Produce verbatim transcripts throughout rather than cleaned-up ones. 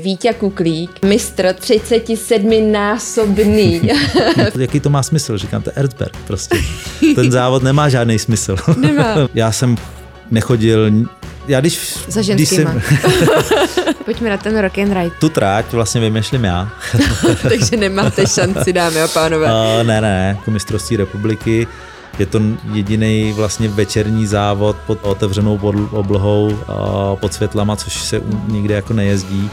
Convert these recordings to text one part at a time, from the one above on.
Víťa Kuklík, mistr třicetisedminásobný. Jaký to má smysl? Říkám, to je Erzberg prostě. Ten závod nemá žádný smysl. Nemá. Já jsem nechodil... Já když... Za ženskýma. Když jsem... Pojďme na ten rock and ride. Tu tráť vlastně vymýšlím já. Takže nemáte šanci, dámy a pánové. Uh, ne, ne, jako mistrovství republiky. Je to jediný vlastně večerní závod pod otevřenou oblohou, uh, pod světlama, což se nikde jako nejezdí.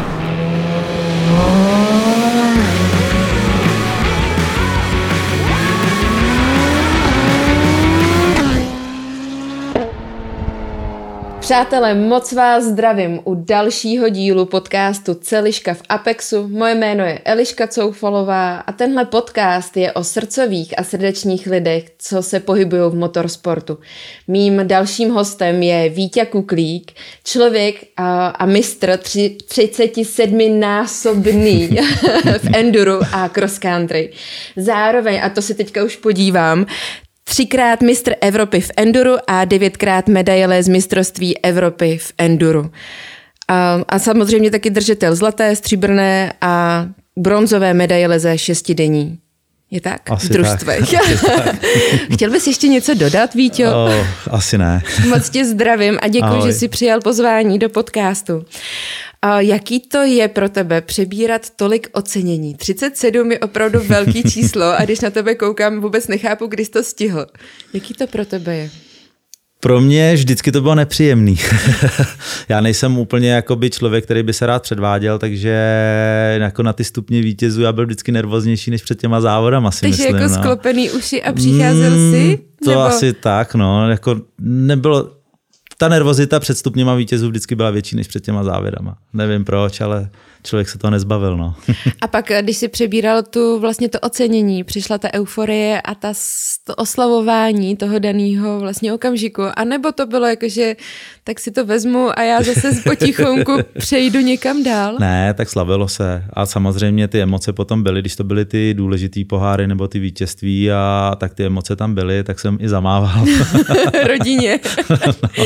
Přátelé, moc vás zdravím u dalšího dílu podcastu Celiška v Apexu. Moje jméno je Eliška Coufalová a tenhle podcast je o srdcových a srdečních lidech, co se pohybují v motorsportu. Mým dalším hostem je Víťa Kuklík, člověk a, a mistr tři, třicetisedminásobný v enduru a cross country. Zároveň, a to si teďka už podívám, třikrát mistr Evropy v enduru a devětkrát medaile z mistrovství Evropy v enduru. A, a samozřejmě taky držitel zlaté, stříbrné a bronzové medaile ze šestidenní. Je tak? Asi v družstvech. Tak. Chtěl bys ještě něco dodat, Víťo? Oh, asi ne. Moc tě zdravím a děkuji, že jsi přijal pozvání do podcastu. A jaký to je pro tebe přebírat tolik ocenění? třicet sedm je opravdu velký číslo a když na tebe koukám, vůbec nechápu, kdy jsi to stihl. Jaký to pro tebe je? Pro mě vždycky to bylo nepříjemný. Já nejsem úplně jakoby člověk, který by se rád předváděl, takže jako na ty stupně vítězů já byl vždycky nervóznější než před těma závodama, si takže myslím. Takže jako no. sklopený uši a přicházel mm, jsi? To nebo... asi tak, no. Jako nebylo... Ta nervozita před stupněma vítězů vždycky byla větší než před těma závěrama. Nevím proč, ale člověk se toho nezbavil. No. A pak, když si přebíral tu vlastně to ocenění, přišla ta euforie a ta, to oslavování toho daného vlastně okamžiku, anebo to bylo jako, že tak si to vezmu a já zase potichonku přejdu někam dál? Ne, tak slavilo se. A samozřejmě ty emoce potom byly, když to byly ty důležitý poháry nebo ty vítězství a tak ty emoce tam byly, tak jsem i zamával. Rodině. No.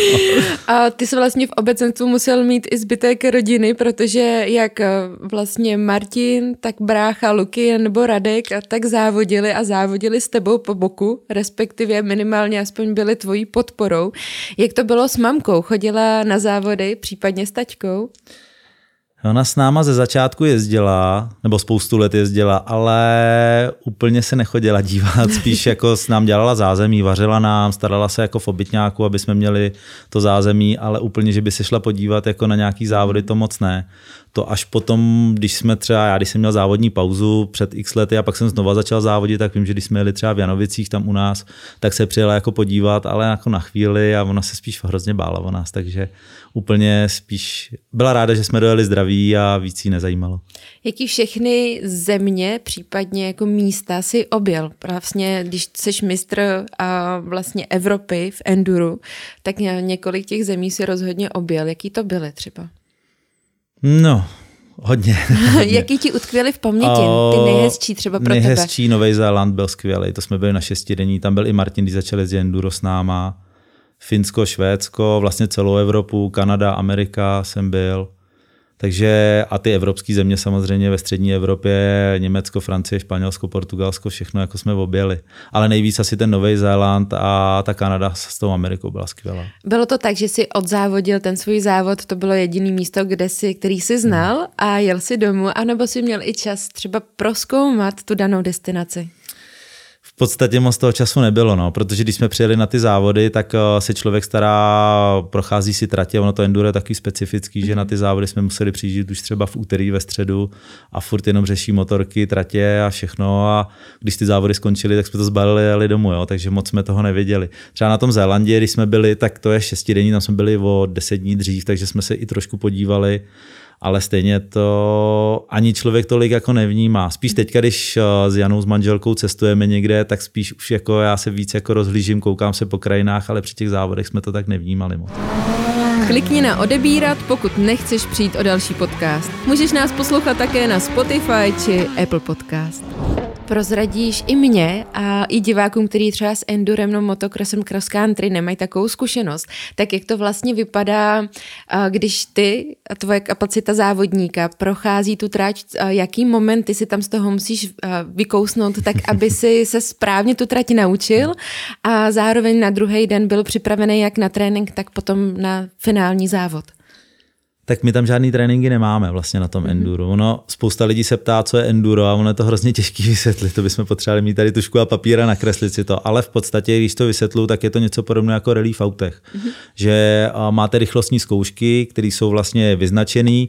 A ty jsi vlastně v obecenstvu musel mít i zbytek rodiny, protože jak vlastně Martin, tak brácha Luky nebo Radek a tak závodili a závodili s tebou po boku, respektive minimálně aspoň byli tvojí podporou. Jak to bylo s mamkou? Chodila na závody, případně s taťkou? Ona s náma ze začátku jezdila, nebo spoustu let jezdila, ale úplně se nechodila dívat, spíš jako s nám dělala zázemí, vařila nám, starala se jako v obytňáku, aby jsme měli to zázemí, ale úplně, že by se šla podívat jako na nějaký závody, to moc ne. To až potom, když jsme třeba, já když jsem měl závodní pauzu před x lety a pak jsem znova začal závodit, tak vím, že když jsme jeli třeba v Janovicích tam u nás, tak se přijela jako podívat, ale jako na chvíli a ona se spíš hrozně bála o nás, takže úplně spíš byla ráda, že jsme dojeli zdraví a víc jí nezajímalo. Jaký všechny země, případně jako místa si objel? Vlastně, když jsi mistr a vlastně Evropy v enduru, tak několik těch zemí si rozhodně objel. Jaký to byly třeba? No, hodně. hodně. Jaký ti utkvěly v paměti? Ty nejhezčí třeba pro nejhezčí tebe? Nejhezčí Nový Zéland byl skvělý, to jsme byli na šestidenní, tam byl i Martin, když začal jezdit enduro s náma. Finsko, Švédsko, vlastně celou Evropu, Kanada, Amerika jsem byl. Takže a ty evropské země samozřejmě ve střední Evropě, Německo, Francie, Španělsko, Portugalsko, všechno jako jsme objeli. Ale nejvíc asi ten Nový Zéland a ta Kanada s tou Amerikou byla skvělá. Bylo to tak, že jsi odzávodil ten svůj závod, to bylo jediné místo, kde jsi, který jsi znal a jel si domů, anebo jsi měl i čas třeba prozkoumat tu danou destinaci? V podstatě moc toho času nebylo, no, protože když jsme přijeli na ty závody, tak se člověk stará, prochází si tratě, ono to enduro je taky specifický, mm. že na ty závody jsme museli přijíždět už třeba v úterý, ve středu a furt jenom řeší motorky, tratě a všechno a když ty závody skončily, tak jsme to zbalili a jeli domů, jo, takže moc jsme toho nevěděli. Třeba na tom Zélandě, když jsme byli, tak to je šestidenní, tam jsme byli o deset dní dřív, takže jsme se i trošku podívali. Ale stejně to ani člověk tolik jako nevnímá. Spíš teďka, když s Janou s manželkou cestujeme někde, tak spíš už jako já se víc jako rozhlížím, koukám se po krajinách, ale při těch závodech jsme to tak nevnímali moc. Klikni na odebírat, pokud nechceš přijít o další podcast. Můžeš nás poslouchat také na Spotify či Apple Podcast. prozradíš i mě a i divákům, kteří třeba s endurem nebo motokrosem cross country nemají takovou zkušenost, tak jak to vlastně vypadá, když ty a tvoje kapacita závodníka prochází tu trať, jaký momenty si tam z toho musíš vykousnout, tak aby si se správně tu trať naučil a zároveň na druhý den byl připravený jak na trénink, tak potom na finální závod. Tak my tam žádný tréninky nemáme vlastně na tom mm-hmm. enduro. Ono, spousta lidí se ptá, co je enduro a ono je to hrozně těžký vysvětlit. To bychom potřebovali mít tady tušku a papír a nakreslit si to. Ale v podstatě, když to vysvětluju, tak je to něco podobné jako rally v autech. Mm-hmm. Že máte rychlostní zkoušky, které jsou vlastně vyznačené.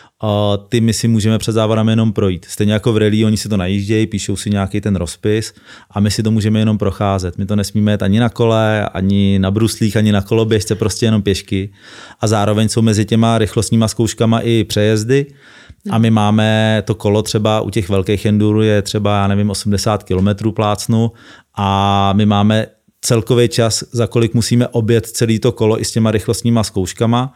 A ty my si můžeme před závodem jenom projít. Stejně jako v rally, oni si to najíždějí, píšou si nějaký ten rozpis a my si to můžeme jenom procházet. My to nesmíme jet ani na kole, ani na bruslích, ani na koloběžce, prostě jenom pěšky. A zároveň jsou mezi těma rychlostníma zkouškama i přejezdy. A my máme to kolo třeba u těch velkých endurů je třeba, já nevím, osmdesát kilometrů plácnu a my máme celkový čas, za kolik musíme objet celý to kolo i s těma rychlostníma zkouškama,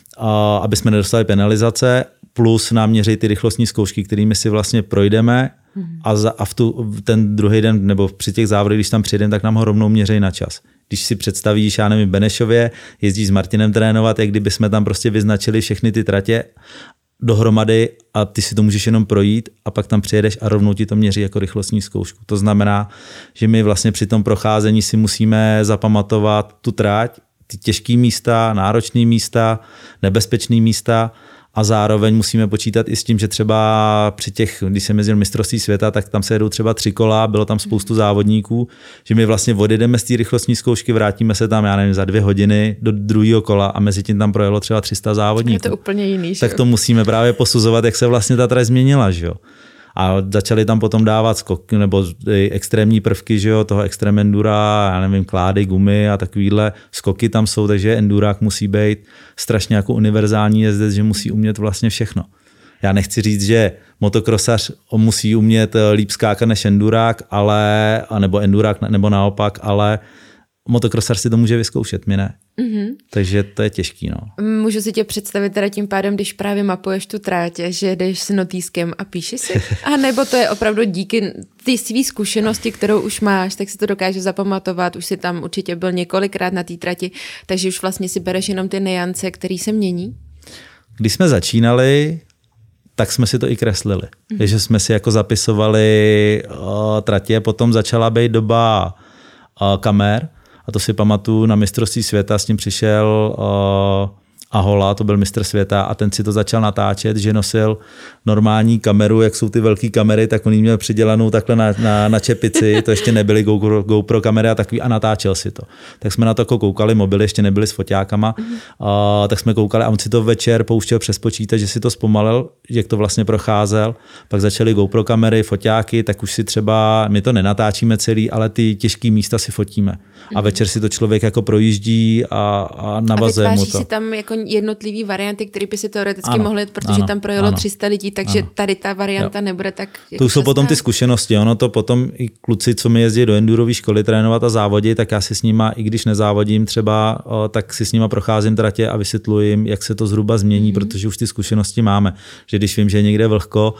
aby jsme nedostali penalizace, plus nám měří ty rychlostní zkoušky, kterými si vlastně projdeme a, za, a v tu, ten druhý den, nebo při těch závodech, když tam přijedeme, tak nám ho rovnou měří na čas. Když si představíš, já nevím, Benešově, jezdíš s Martinem trénovat, jak kdyby jsme tam prostě vyznačili všechny ty tratě dohromady a ty si to můžeš jenom projít a pak tam přijedeš a rovnou ti to měří jako rychlostní zkoušku. To znamená, že my vlastně při tom procházení si musíme zapamatovat tu trať, ty těžké místa, náročné místa, nebezpečné místa a zároveň musíme počítat i s tím, že třeba při těch, když jsem jezdil mistrovství světa, tak tam se jedou třeba tři kola, bylo tam spoustu závodníků, že my vlastně odjedeme z té rychlostní zkoušky, vrátíme se tam, já nevím, za dvě hodiny do druhého kola a mezi tím tam projelo třeba tři sta závodníků. Je to úplně jiný, že? Tak to musíme právě posuzovat, jak se vlastně ta trať změnila, že jo. A začali tam potom dávat skoky nebo extrémní prvky, že jo, toho extrém endura, já nevím, klády, gumy a takovýhle skoky tam jsou, takže endurák musí být strašně jako univerzální jezdec, že musí umět vlastně všechno. Já nechci říct, že motokrosař musí umět líp skákat než endurák, ale, nebo endurák nebo naopak, ale motokrosař si to může vyzkoušet, my ne. Mm-hmm. Takže to je těžký. No. Můžu si tě představit teda tím pádem, když právě mapuješ tu trátě, že jdeš s notýskem a píšeš si? A nebo to je opravdu díky ty svý zkušenosti, kterou už máš, tak si to dokážeš zapamatovat, už si tam určitě byl několikrát na té trati, takže už vlastně si bereš jenom ty nuance, které se mění? Když jsme začínali, tak jsme si to i kreslili. Mm-hmm. Takže jsme si jako zapisovali uh, tratě, potom začala být doba uh, kamer. A to si pamatuju, na mistrovství světa s tím přišel uh, Ahola, to byl mistr světa a ten si to začal natáčet, že nosil normální kameru, jak jsou ty velké kamery, tak on jí měl přidělanou takhle na, na, na čepici, to ještě nebyly GoPro, GoPro kamery a takový a natáčel si to. Tak jsme na to koukali, mobily ještě nebyly s foťákama, uh, tak jsme koukali a on si to večer pouštěl přes počítač, že si to zpomalil, jak to vlastně procházel, pak začaly GoPro kamery, foťáky, tak už si třeba, my to nenatáčíme celý, ale ty těžké místa si fotíme. A večer si to člověk jako projíždí a, a navazuje mu to. Si tam jako jednotlivý varianty, které by si teoreticky ano, mohly, protože ano, tam projelo ano, tři sta lidí, takže ano. Tady ta varianta jo. Nebude tak... Jako to jsou potom ty zkušenosti, ono to potom i kluci, co mi jezdí do endurové školy trénovat a závodit, tak já si s nima, i když nezávodím třeba, tak si s nima procházím tratě a vysvětluji jim, jak se to zhruba změní, mm-hmm. protože už ty zkušenosti máme. Že když vím, že je někde vlhko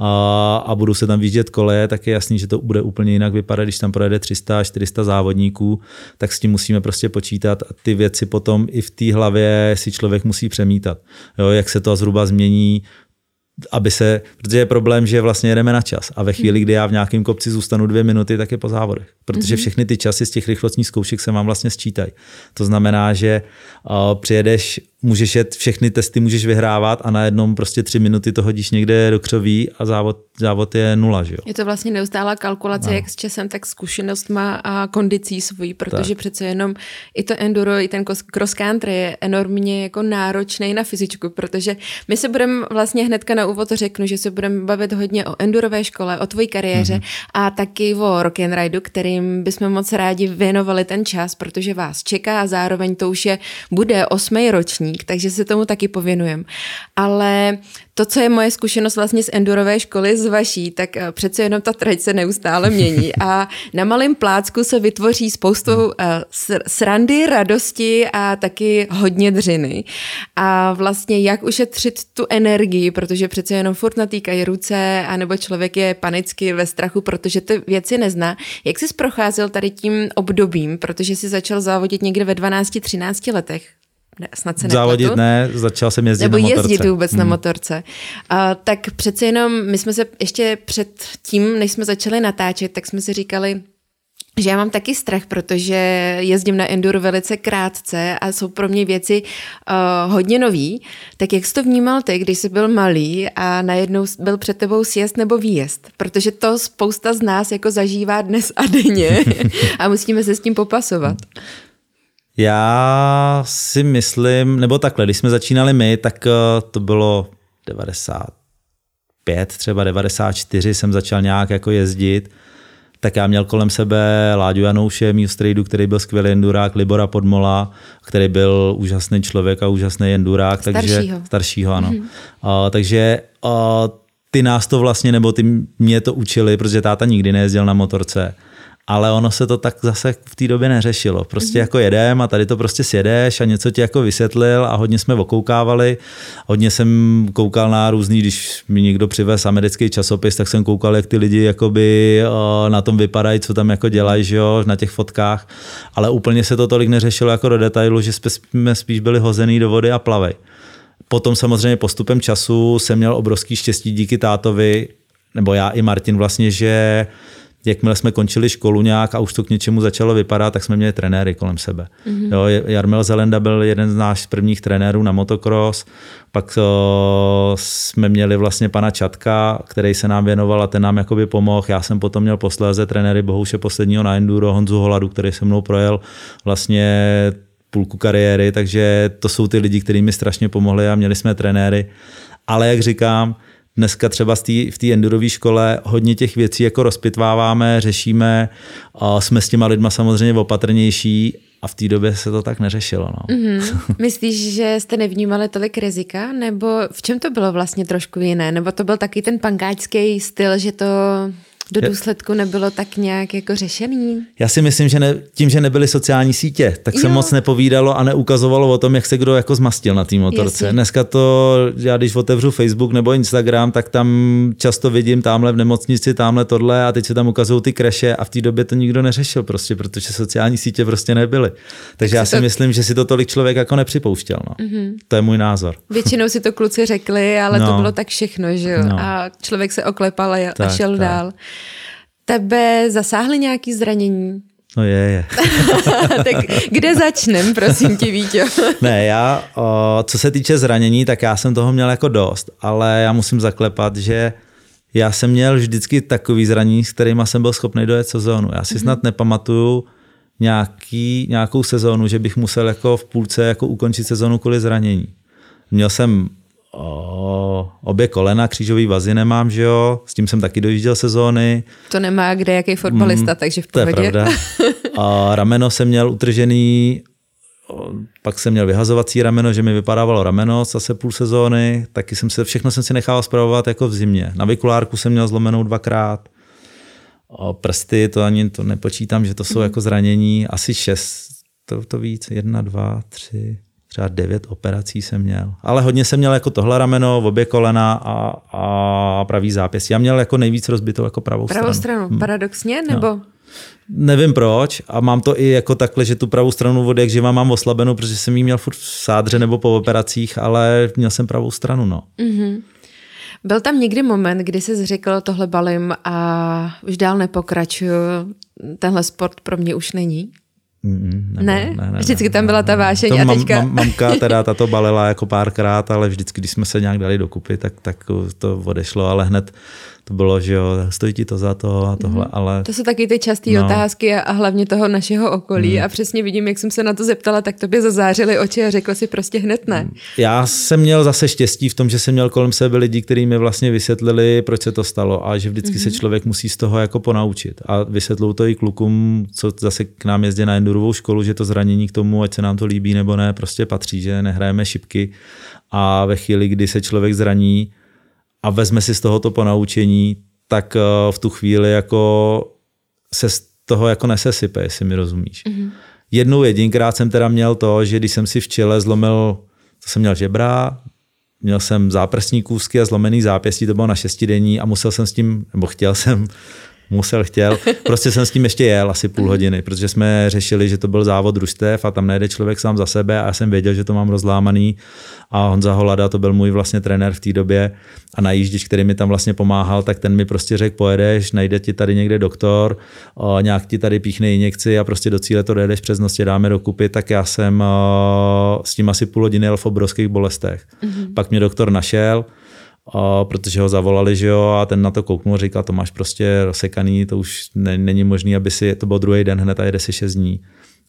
a, a budu se tam výjíždět koleje, tak je jasný, že to bude úplně jinak vypadat, když tam projede tři sta až čtyři sta závodníků, tak s tím musíme prostě počítat a ty věci potom i v té hlavě si člověk musí přemítat. Jo, jak se to zhruba změní, aby se, protože je problém, že vlastně jedeme na čas a ve chvíli, kdy já v nějakém kopci zůstanu dvě minuty, tak je po závodech. Protože všechny ty časy z těch rychlostních zkoušek se vám vlastně sčítají. To znamená, že uh, přijedeš, můžeš jet, všechny testy můžeš vyhrávat a na jednom prostě tři minuty to hodíš někde do křoví a závod, závod je nula. Že jo? Je to vlastně neustálá kalkulace, no. Jak s časem, tak zkušenostma a kondicí svojí, protože tak. Přece jenom i to enduro, i ten cross country je enormně jako náročný na fyzičku, protože my se budeme vlastně hnedka na úvod řeknu, že se budeme bavit hodně o endurové škole, o tvojí kariéře mm-hmm. a taky o rock and rideu, kterým bychom moc rádi věnovali ten čas, protože vás čeká a zároveň to už je, bude osmý ročník. závodník, takže se tomu taky pověnujem. Ale to, co je moje zkušenost vlastně z endurové školy z vaší, tak přece jenom ta trať se neustále mění a na malém plácku se vytvoří spoustu uh, srandy, radosti a taky hodně dřiny. A vlastně jak ušetřit tu energii, protože přece jenom furt natýkají ruce, anebo člověk je panicky ve strachu, protože ty věci nezná. Jak jsi procházel tady tím obdobím, protože jsi začal závodit někde ve dvanácti třinácti letech? Ne, snad se Závodit nepletu. ne, začal jsem jezdit Nebo na motorce. Nebo jezdit vůbec hmm. na motorce. A, tak přece jenom, my jsme se ještě před tím, než jsme začali natáčet, tak jsme si říkali, že já mám taky strach, protože jezdím na enduro velice krátce a jsou pro mě věci uh, hodně nový. Tak jak jsi to vnímal ty, když jsi byl malý a najednou byl před tebou sjezd nebo výjezd? Protože to spousta z nás jako zažívá dnes a denně a musíme se s tím popasovat. Já si myslím, nebo takhle, když jsme začínali my, tak to bylo devadesát pět, třeba devadesát čtyři jsem začal nějak jako jezdit, tak já měl kolem sebe Láďu Janouše, mýho strejdu, který byl skvělý endurák, Libora Podmola, který byl úžasný člověk a úžasný endurák. Staršího. Takže, staršího, ano. Mm-hmm. Uh, takže uh, ty nás to vlastně, nebo ty mě to učili, protože táta nikdy nejezdil na motorce. Ale ono se to tak zase v té době neřešilo. Prostě mm-hmm. jako jedem a tady to prostě sjedeš a něco ti jako vysvětlil a hodně jsme okoukávali. Hodně jsem koukal na různý, když mi někdo přivez americký časopis, tak jsem koukal, jak ty lidi jakoby na tom vypadají, co tam jako dělají, že jo, na těch fotkách. Ale úplně se to tolik neřešilo jako do detailu, že jsme spíš byli hozený do vody a plavej. Potom samozřejmě postupem času jsem měl obrovský štěstí díky tátovi, nebo já i Martin vlastně, že jakmile jsme končili školu nějak a už to k něčemu začalo vypadat, tak jsme měli trenéry kolem sebe. Mm-hmm. Jo, Jarmil Zelenda byl jeden z našich prvních trenérů na motocross, pak o, jsme měli vlastně pana Čatka, který se nám věnoval a ten nám jakoby pomohl. Já jsem potom měl posléze trenéry Bohuše posledního na enduro, Honzu Holadu, který se mnou projel vlastně půlku kariéry, takže to jsou ty lidi, kteří mi strašně pomohli a měli jsme trenéry. Ale jak říkám, dneska třeba v té endurové škole hodně těch věcí jako rozpitváváme, řešíme, a jsme s těma lidma samozřejmě opatrnější a v té době se to tak neřešilo. No. Mm-hmm. Myslíš, že jste nevnímali tolik rizika? Nebo v čem to bylo vlastně trošku jiné? Nebo to byl taky ten pankáčský styl, že to do důsledku nebylo tak nějak jako řešený? Já si myslím, že ne, tím, že nebyly sociální sítě, tak se jo. moc nepovídalo a neukazovalo o tom, jak se kdo jako zmastil na té motorce. Jasně. Dneska to, já když otevřu Facebook nebo Instagram, tak tam často vidím tamhle v nemocnici, tamhle tohle a teď se tam ukazují ty kreše a v té době to nikdo neřešil prostě, protože sociální sítě prostě nebyly. Takže tak já si to... myslím, že si to tolik člověk jako nepřipouštěl. No. Mm-hmm. To je můj názor. Většinou si to kluci řekli, ale no. to bylo tak všechno, že jo? No. A člověk se oklepal a, tak, a šel tak. dál. Tebe zasáhly nějaké zranění? No je, je. Tak kde začnem, prosím tě, Víťo? Ne, já, o, co se týče zranění, tak já jsem toho měl jako dost, ale já musím zaklepat, že já jsem měl vždycky takový zranění, s kterýma jsem byl schopný dojet sezónu. Já si mm-hmm. snad nepamatuju nějaký, nějakou sezónu, že bych musel jako v půlce jako ukončit sezónu kvůli zranění. Měl jsem O, obě kolena, křížový vazy nemám, že jo, s tím jsem taky dojížděl sezóny. To nemá kde jaký fotbalista, mm, takže v pohodě. To je pravda. A rameno jsem měl utržený, pak jsem měl vyhazovací rameno, že mi vypadávalo rameno zase půl sezóny, taky jsem se, všechno jsem si nechal spravovat jako v zimě. Navikulárku jsem měl zlomenou dvakrát, o, prsty, to ani to nepočítám, že to jsou mm. jako zranění, asi šest, to, to víc, jedna, dva, tři... třeba devět operací jsem měl. Ale hodně jsem měl jako tohle rameno, obě kolena a, a pravý zápěstí. Já měl jako nejvíc rozbitou jako pravou, pravou stranu. stranu. Hmm. Paradoxně, nebo? No. Nevím proč a mám to i jako takhle, že tu pravou stranu od jak živa mám oslabenou, protože jsem ji měl furt v sádře nebo po operacích, ale měl jsem pravou stranu, no. Mm-hmm. Byl tam někdy moment, kdy jsi řekl, tohle balím a už dál nepokračuju, tenhle sport pro mě už není? Mm, ne, ne, ne, ne? Vždycky tam byla ta vášeň a mam, teďka... Mam, mamka teda tato balila jako párkrát, ale vždycky, když jsme se nějak dali dokupy, tak, tak to odešlo, ale hned to bylo, že jo, stojí ti to za to a tohle, mm. ale... To jsou taky ty časté no. otázky a, a hlavně toho našeho okolí mm. a přesně vidím, jak jsem se na to zeptala, tak tobě zazářily oči a řekl si prostě hned ne. Já jsem měl zase štěstí v tom, že jsem měl kolem sebe lidi, kteří mi vlastně vysvětlili, proč se to stalo a že vždycky mm. se člověk musí z toho jako ponaučit a vysvětlují to i klukům, co zase k nám jezdí na endurovou školu, že to zranění k tomu, ať se nám to líbí nebo ne, prostě patří, že nehrajeme šipky a ve chvíli, kdy se člověk zraní a vezme si z tohoto ponaučení, tak v tu chvíli jako se z toho jako nesesype, jestli mi rozumíš. Mm-hmm. Jednou jedinkrát jsem teda měl to, že když jsem si v čele zlomil, to jsem měl žebra, měl jsem záprsní kůzky a zlomený zápěstí, to bylo na šestidenní a musel jsem s tím, nebo chtěl jsem, musel, chtěl, prostě jsem s tím ještě jel asi půl hodiny, protože jsme řešili, že to byl závod družstev a tam nejde člověk sám za sebe a já jsem věděl, že to mám rozlámaný a Honza Holada, to byl můj vlastně trenér v té době a najížděč, který mi tam vlastně pomáhal, tak ten mi prostě řekl, pojedeš, najde ti tady někde doktor, o, nějak ti tady píchne injekci a prostě do cíle to dojedeš přes noc, tě dáme dokupy, tak já jsem o, s tím asi půl hodiny jel v obrovských bolestech. Mm-hmm. Pak mě doktor našel, A protože ho zavolali, že jo, a ten na to kouknul a říkal, to máš prostě rozsekaný, to už ne, není možný, aby si, to byl druhý den hned a jede si šest dní.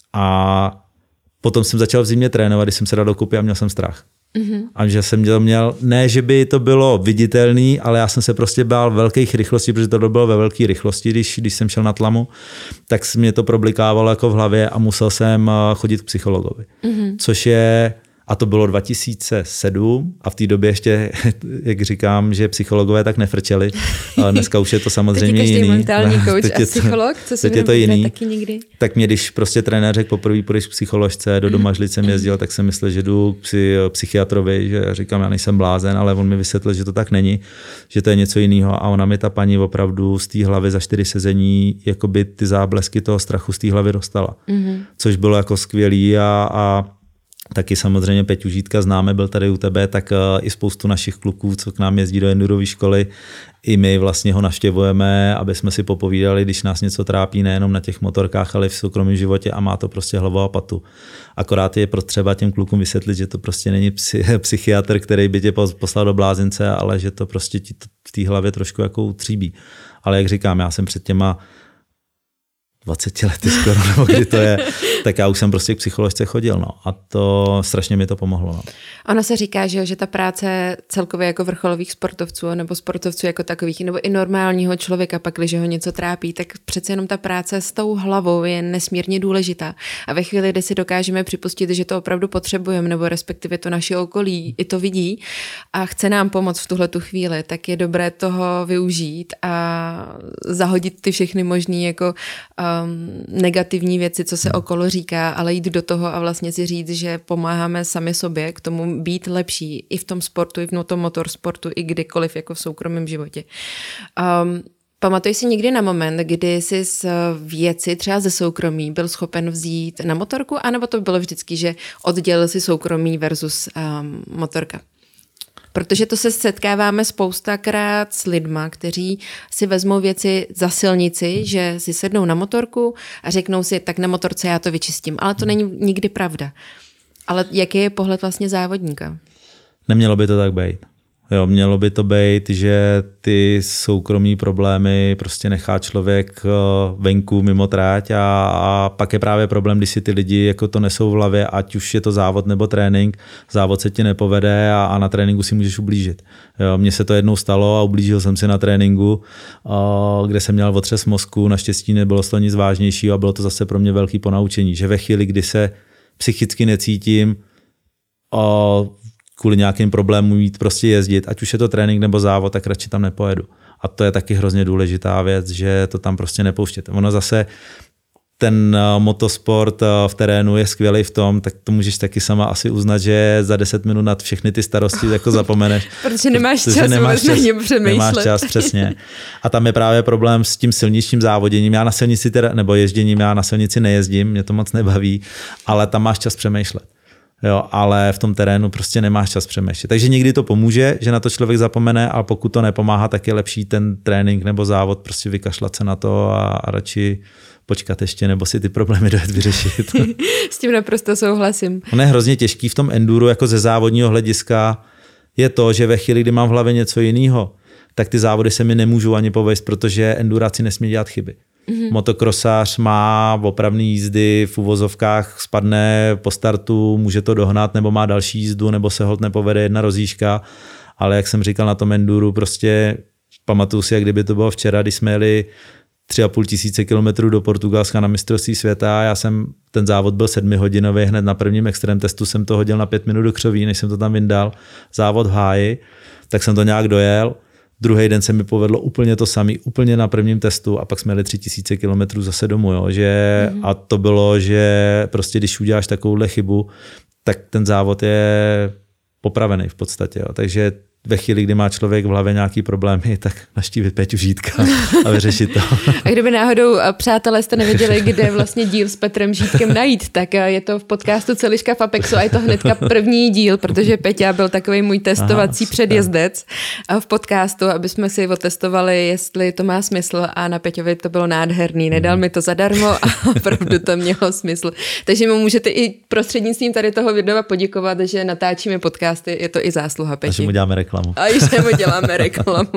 A potom jsem začal v zimě trénovat, když jsem se dal dokupy a měl jsem strach. Mm-hmm. A že jsem měl, měl, ne, že by to bylo viditelný, ale já jsem se prostě bál velkých rychlostí, protože to bylo ve velké rychlosti, když, když jsem šel na tlamu, tak mě to problikávalo jako v hlavě a musel jsem chodit k psychologovi. Mm-hmm. Což je... A to bylo dva tisíce sedm a v té době ještě, jak říkám, že psychologové tak nefrčeli. Ale dneska už je to samozřejmě jiný. Teď mentální coach a psycholog, co si je to jiný. Taky nikdy. Tak mě, když prostě trenér řekl poprvé půjdeš k psycholožce, do Domažlic jsem jezdil, tak jsem myslel, že jdu k psychiatrovi, že říkám, já nejsem blázen, ale on mi vysvětlil, že to tak není, že to je něco jiného a ona mi ta paní opravdu z té hlavy za čtyři sezení jakoby ty záblesky toho strachu z té hlavy dostala. Mm-hmm. Což bylo jako skvělý a, a taky samozřejmě Peťu Žítka známe, byl tady u tebe, tak i spoustu našich kluků, co k nám jezdí do endurové školy, i my vlastně ho navštěvujeme, aby jsme si popovídali, když nás něco trápí nejenom na těch motorkách, ale i v soukromém životě a má to prostě hlavu a patu. Akorát je potřeba těm klukům vysvětlit, že to prostě není psychiatr, který by tě poslal do blázince, ale že to prostě ti v té hlavě trošku jako utříbí. Ale jak říkám, já jsem před těma dvaceti lety skoro, nebo kdy to je, tak já už jsem prostě k psycholožce chodil, no. A to strašně mi to pomohlo, no. Ono se říká, že, že ta práce celkově jako vrcholových sportovců nebo sportovců jako takových, nebo i normálního člověka, pak, když ho něco trápí, tak přece jenom ta práce s tou hlavou je nesmírně důležitá. A ve chvíli, kdy si dokážeme připustit, že to opravdu potřebujeme, nebo respektive to naše okolí i to vidí a chce nám pomoct v tuhle tu chvíli, tak je dobré toho využít a zahodit ty všechny možné jako um, negativní věci, co se okolo říká, ale jít do toho a vlastně si říct, že pomáháme sami sobě k tomu být lepší i v tom sportu, i v tom motorsportu, i kdykoliv jako v soukromém životě. Um, Pamatuj si někdy na moment, kdy jsi z věci třeba ze soukromí byl schopen vzít na motorku, anebo to bylo vždycky, že oddělil si soukromí versus um, motorka? Protože to se setkáváme spoustakrát s lidma, kteří si vezmou věci za silnici, že si sednou na motorku a řeknou si, tak na motorce já to vyčistím. Ale to není nikdy pravda. Ale jaký je pohled vlastně závodníka? Nemělo by to tak být. Jo, mělo by to být, že ty soukromí problémy prostě nechá člověk venku mimo tráť a, a pak je právě problém, když si ty lidi jako to nesou v hlavě, ať už je to závod nebo trénink, závod se ti nepovede a, a na tréninku si můžeš ublížit. Jo, mně se to jednou stalo a ublížil jsem si na tréninku, kde jsem měl otřes mozku, naštěstí nebylo to nic vážnějšího a bylo to zase pro mě velký ponaučení, že ve chvíli, kdy se psychicky necítím, kvůli nějakým problémům jít prostě jezdit, ať už je to trénink nebo závod, tak radši tam nepojedu. A to je taky hrozně důležitá věc, že to tam prostě nepouštět. Ono zase ten motosport v terénu je skvělý v tom, tak to můžeš taky sama asi uznat, že za deset minut nad všechny ty starosti jako zapomeneš. Protože nemáš protože čas nemáš čas, přemýšlet. Nemáš čas, přesně. A tam je právě problém s tím silničním závoděním. Já na silnici teda, nebo ježděním, já na silnici nejezdím, mě to moc nebaví, ale tam máš čas přemýšlet. Jo, ale v tom terénu prostě nemáš čas přemýšlet. Takže někdy to pomůže, že na to člověk zapomene, ale pokud to nepomáhá, tak je lepší ten trénink nebo závod prostě vykašlat se na to a, a radši počkat ještě nebo si ty problémy dojet vyřešit. S tím naprosto souhlasím. On je hrozně těžký v tom enduru jako ze závodního hlediska je to, že ve chvíli, kdy mám v hlavě něco jiného, tak ty závody se mi nemůžou ani povést, protože enduráci nesmí dělat chyby. Mm-hmm. Motokrosář má opravný jízdy, v uvozovkách spadne po startu, může to dohnat, nebo má další jízdu, nebo se holt nepovede jedna rozjížka, ale jak jsem říkal na tom enduru, prostě pamatuju si, jak kdyby to bylo včera, když jsme jeli tři a půl tisíce kilometrů do Portugalska na mistrovství světa. Já jsem, ten závod byl sedmihodinový, hned na prvním extrém testu jsem to hodil na pět minut do křoví, než jsem to tam vyndal, závod v háji, tak jsem to nějak dojel. Druhý den se mi povedlo úplně to samé, úplně na prvním testu a pak jsme jeli tři tisíce kilometrů zase domů. Jo, že, mm-hmm. A to bylo, že prostě když uděláš takovouhle chybu, tak ten závod je popravený v podstatě. Jo. Takže ve chvíli, kdy má člověk v hlavě nějaký problémy, tak naštívit Péťu Žídka a vyřešit to. A kdyby náhodou, přátelé, jste nevěděli, kde vlastně díl s Petrem Žídkem najít, tak je to v podcastu Celiška v Apexu a je to hnedka první díl, protože Peťa byl takový můj testovací Aha, předjezdec v podcastu, aby jsme si otestovali, jestli to má smysl a na Peťovi to bylo nádherný. Nedal mi to zadarmo a opravdu to mělo smysl. Takže mu můžete i prostřednictvím tady toho videa poděkovat, že natáčíme podcasty, je to i zásluha Peti. Reklamu. A již nebo děláme reklamu.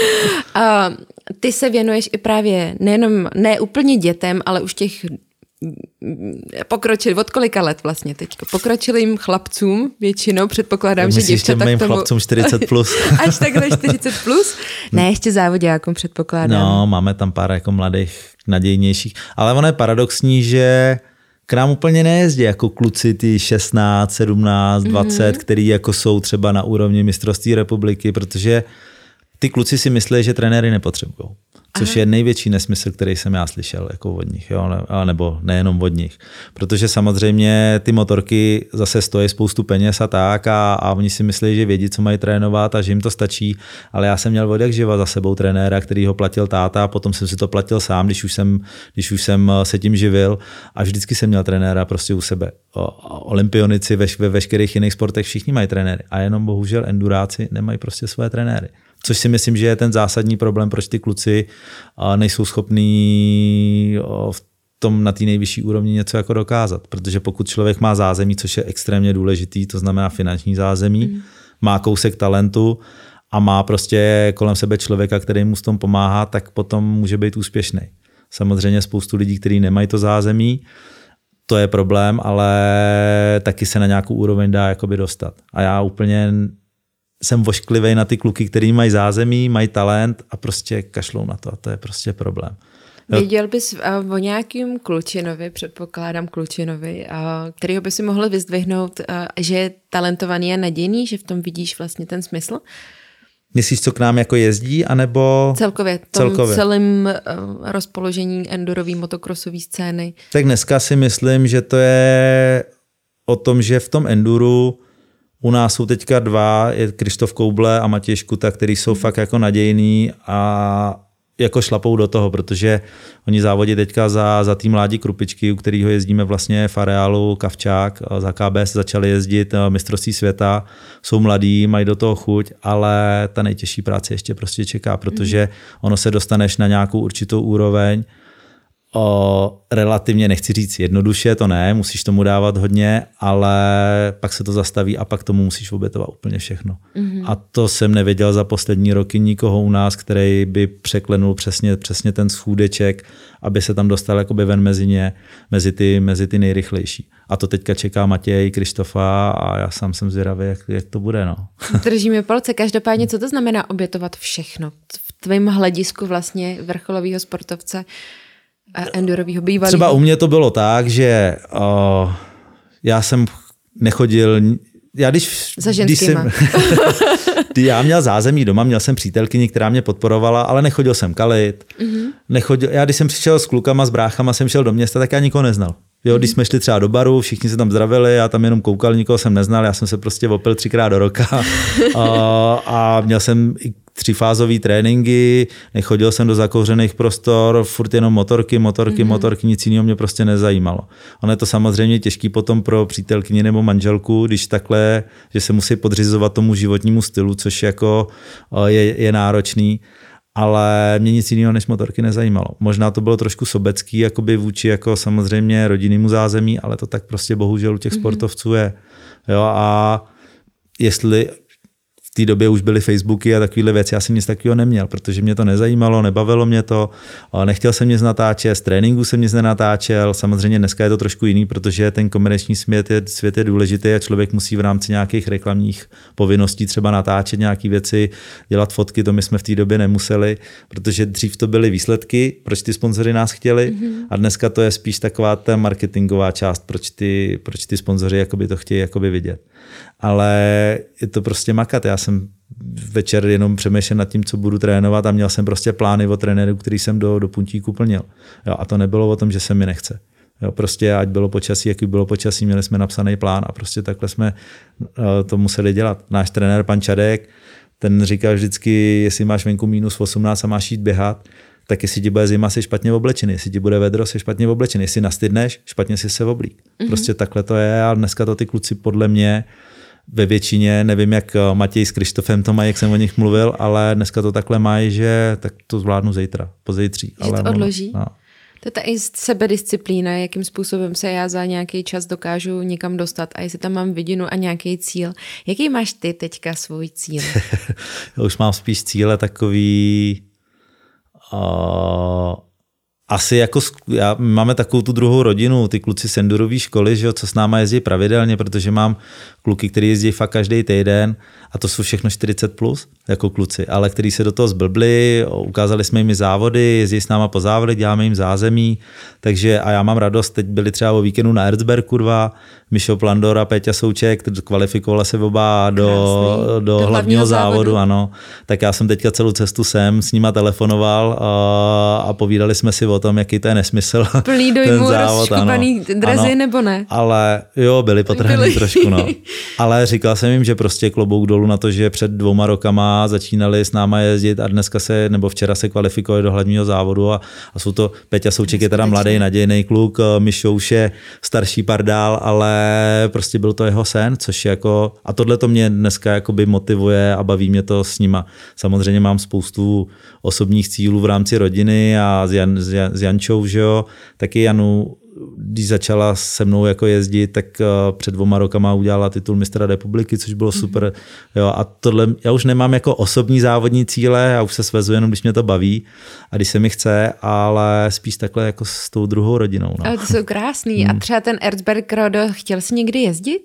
A ty se věnuješ i právě nejenom, ne úplně dětem, ale už těch pokročilým, od kolika let vlastně teď? Pokročilým chlapcům většinou, předpokládám, Myslíš, že děvčata že k tomu... chlapcům čtyřicet plus. Až takhle čtyřicet plus? Ne, ještě závodějákům předpokládám. No, máme tam pár jako mladých, nadějnějších. Ale ono je paradoxní, že k nám úplně nejezdí jako kluci ty šestnáct, sedmnáct, dvacet, mm-hmm. který jako jsou třeba na úrovni mistrovství republiky, protože ty kluci si myslí, že trenéry nepotřebují. Což Aha. je největší nesmysl, který jsem já slyšel jako od nich, jo? Nebo nejenom od nich. Protože samozřejmě ty motorky zase stojí spoustu peněz a tak a, a oni si myslí, že vědí, co mají trénovat a že jim to stačí, ale já jsem měl od jak živa za sebou trenéra, který ho platil táta, potom jsem si to platil sám, když už jsem, když už jsem se tím živil a vždycky jsem měl trenéra prostě u sebe. O, olympionici ve, ve veškerých jiných sportech všichni mají trenéry a jenom bohužel enduráci nemají prostě svoje trenéry. Což si myslím, že je ten zásadní problém, proč ty kluci nejsou schopní v tom na té nejvyšší úrovni něco jako dokázat. Protože pokud člověk má zázemí, což je extrémně důležitý, to znamená finanční zázemí, mm. má kousek talentu a má prostě kolem sebe člověka, který mu s tom pomáhá, tak potom může být úspěšný. Samozřejmě spoustu lidí, kteří nemají to zázemí, to je problém, ale taky se na nějakou úroveň dá jakoby dostat. A já úplně jsem vošklivej na ty kluky, který mají zázemí, mají talent a prostě kašlou na to. A to je prostě problém. Věděl bys o nějakým klučinovi, předpokládám klučinovi, kterýho by si mohl vyzdvihnout, že je talentovaný a nadějný, že v tom vidíš vlastně ten smysl? Myslíš, co k nám jako jezdí, anebo celkově, tom celkově. celém rozpoložení endurový motokrosový scény? Tak dneska si myslím, že to je o tom, že v tom enduru u nás jsou teďka dva, je Krištof Kouble a Matěj Škuta, který jsou fakt jako nadějný a jako šlapou do toho, protože oni závodí teďka za, za tým Mládí Krupičky, u kterého jezdíme vlastně v areálu Kavčák, za K B S začali jezdit mistrovství světa, jsou mladí, mají do toho chuť, ale ta nejtěžší práce ještě prostě čeká, protože ono se dostaneš na nějakou určitou úroveň, O, relativně, nechci říct jednoduše, to ne, musíš tomu dávat hodně, ale pak se to zastaví a pak tomu musíš obětovat úplně všechno. Mm-hmm. A to jsem nevěděl za poslední roky nikoho u nás, který by překlenul přesně, přesně ten schůdeček, aby se tam dostal jakoby ven mezi ně, mezi ty, mezi ty nejrychlejší. A to teďka čeká Matěj, Krištofa a já sám jsem zvědavý, jak, jak to bude. No. Držíme palce. Každopádně, co to znamená obětovat všechno? V tvém hledisku vlastně vrcholového sportovce a endurovýho bývalého. Třeba u mě to bylo tak, že uh, já jsem nechodil, já když... Za ženskýma. Když jsem, já měl zázemí doma, měl jsem přítelkyni, která mě podporovala, ale nechodil jsem kalit. Mm-hmm. Nechodil, já když jsem přišel s klukama, s bráchama, jsem šel do města, tak já nikoho neznal. Jo, když jsme šli třeba do baru, všichni se tam zdravili, já tam jenom koukal, nikoho jsem neznal, já jsem se prostě opil třikrát do roka a, a měl jsem i třifázový tréninky, nechodil jsem do zakouřených prostor, furt jenom motorky, motorky, mm-hmm. motorky, nic jiného mě prostě nezajímalo. Ono je to samozřejmě těžký potom pro přítelkyni nebo manželku, když takhle, že se musí podřizovat tomu životnímu stylu, což jako je, je náročný. Ale mě nic jiného než motorky nezajímalo. Možná to bylo trošku sobecký, jakoby vůči jako samozřejmě rodinnému zázemí, ale to tak prostě bohužel u těch mm-hmm. sportovců je. Jo, a jestli v té době už byly Facebooky a takovéhle věci, já jsem nic takového neměl, protože mě to nezajímalo, nebavilo mě to, nechtěl jsem nic natáčet, z tréninku jsem nic nenatáčel, samozřejmě dneska je to trošku jiný, protože ten komerční svět je, svět je důležitý a člověk musí v rámci nějakých reklamních povinností třeba natáčet nějaké věci, dělat fotky, to my jsme v té době nemuseli, protože dřív to byly výsledky, proč ty sponzoři nás chtěli mm-hmm. a dneska to je spíš taková ta marketingová část, proč ty, proč ty sponzoři jakoby to chtějí jakoby vidět. Ale je to prostě makat. Já jsem večer jenom přemýšlel nad tím, co budu trénovat a měl jsem prostě plány od trenéru, který jsem do, do puntíku plnil. Jo, a to nebylo o tom, že se mi nechce. Jo, prostě ať bylo počasí, jaký bylo počasí, měli jsme napsaný plán a prostě takhle jsme to museli dělat. Náš trenér pan Čadek, ten říkal vždycky, jestli máš venku minus osmnáct a máš jít běhat, tak jestli ti bude zima, jsi špatně oblečený, jestli ti bude vedro, jsi špatně oblečený, jestli nastydneš, špatně si se oblík. Mm-hmm. Prostě takhle to je a dneska to ty kluci podle mě ve většině, nevím jak Matěj s Krištofem to mají, jak jsem o nich mluvil, ale dneska to takhle mají, že tak to zvládnu zítra, pozítří. Že ale to odloží? No. To je ta i sebedisciplína, jakým způsobem se já za nějaký čas dokážu někam dostat a jestli tam mám vidinu a nějaký cíl. Jaký máš ty teďka svůj cíl? Já už mám spíš cíle takový... Uh, asi jako, já, máme takovou tu druhou rodinu, ty kluci z endurové školy, že jo, co s náma jezdí pravidelně, protože mám kluky, kteří jezdí fakt každý týden a to jsou všechno čtyřicet plus jako kluci, ale kteří se do toho zblbli, ukázali jsme jim závody, jezdí s náma po závodech, děláme jim zázemí, takže a já mám radost, teď byli třeba o víkendu na Erzbergu dva, Mišo Plandor a Péťa Souček, kvalifikovala se oba do, do, do hlavního závodu, závodu, ano, tak já jsem teďka celou cestu sem s nima telefonoval a, a povídali jsme si o tom, jaký to je nesmysl. Plný dojmu, rozškupaný drezy, ano, nebo ne? Ale jo, byli potrhaný trošku, no. Ale říkal jsem jim, že prostě klobouk dolů na to, že před dvouma rokama začínali s náma jezdit a dneska se, nebo včera se kvalifikovali do hlavního závodu a, a jsou to, Peťa Souček je teda mladý, nadějný kluk, Mišo už je starší pardál, ale prostě byl to jeho sen, což je jako, a tohle to mě dneska jakoby motivuje a baví mě to s nima. Samozřejmě mám spoustu osobních cílů v rámci rodiny a s, Jan, s Jančou, že jo, taky Janu, když začala se mnou jako jezdit, tak před dvoma rokama udělala titul mistra republiky, což bylo super. Mm-hmm. Jo, a tohle, já už nemám jako osobní závodní cíle, já už se svezu jenom, když mě to baví a když se mi chce, ale spíš takhle jako s tou druhou rodinou. No. Ale to jsou krásný. Hmm. A třeba ten Erzberg Rodo, chtěl jsi někdy jezdit?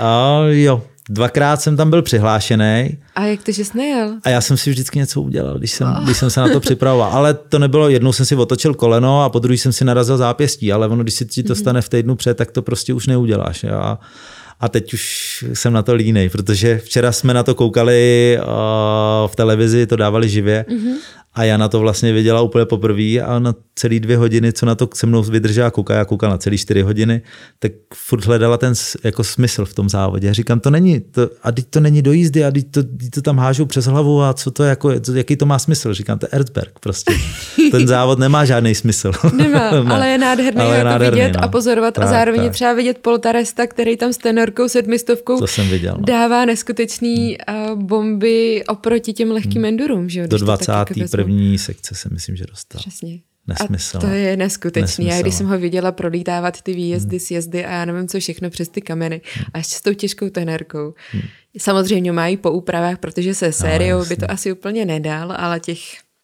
A jo, dvakrát jsem tam byl přihlášený. A jak to, že jsi nejel? A já jsem si vždycky něco udělal, když jsem, oh. když jsem se na to připravoval. Ale to nebylo, jednou jsem si otočil koleno a po druhý jsem si narazil zápěstí, ale ono, když si ti to stane v týdnu před, tak to prostě už neuděláš. Jo? A teď už jsem na to línej, protože včera jsme na to koukali uh, v televizi, to dávali živě mm-hmm. a já na to vlastně viděla úplně poprvé a na celý dvě hodiny, co na to se mnou vydržela kouká, já koukala na celý čtyři hodiny, tak furt hledala ten jako smysl v tom závodě. Já říkám, to není, to, a teď to není do jízdy a teď to, teď to tam hážou přes hlavu a co to jako, to, jaký to má smysl? Říkám, to je Erzberg prostě. Ten závod nemá žádný smysl. Nemá, ne, ale je nádherný, ale je jako nádherný, vidět no. a pozorovat tak, a zároveň tak. třeba vidět Poltaresta, který tam s tenorkou sedmistovkou to jsem viděl, no. dává neskutečný hmm. bomby oproti těm lehkým hmm. endurům. Že? Do dvacáté první sekce se myslím, že dostal. Přesně. Nesmysl. A to je neskutečný. Nesmysl. Já když jsem ho viděla prolítávat ty výjezdy, hmm. sjezdy a já nevím, co všechno přes ty kameny hmm. a ještě s tou těžkou tenérkou. Hmm. Samozřejmě mají po úpravách, protože se sériou no, by to asi úplně nedal, ale těch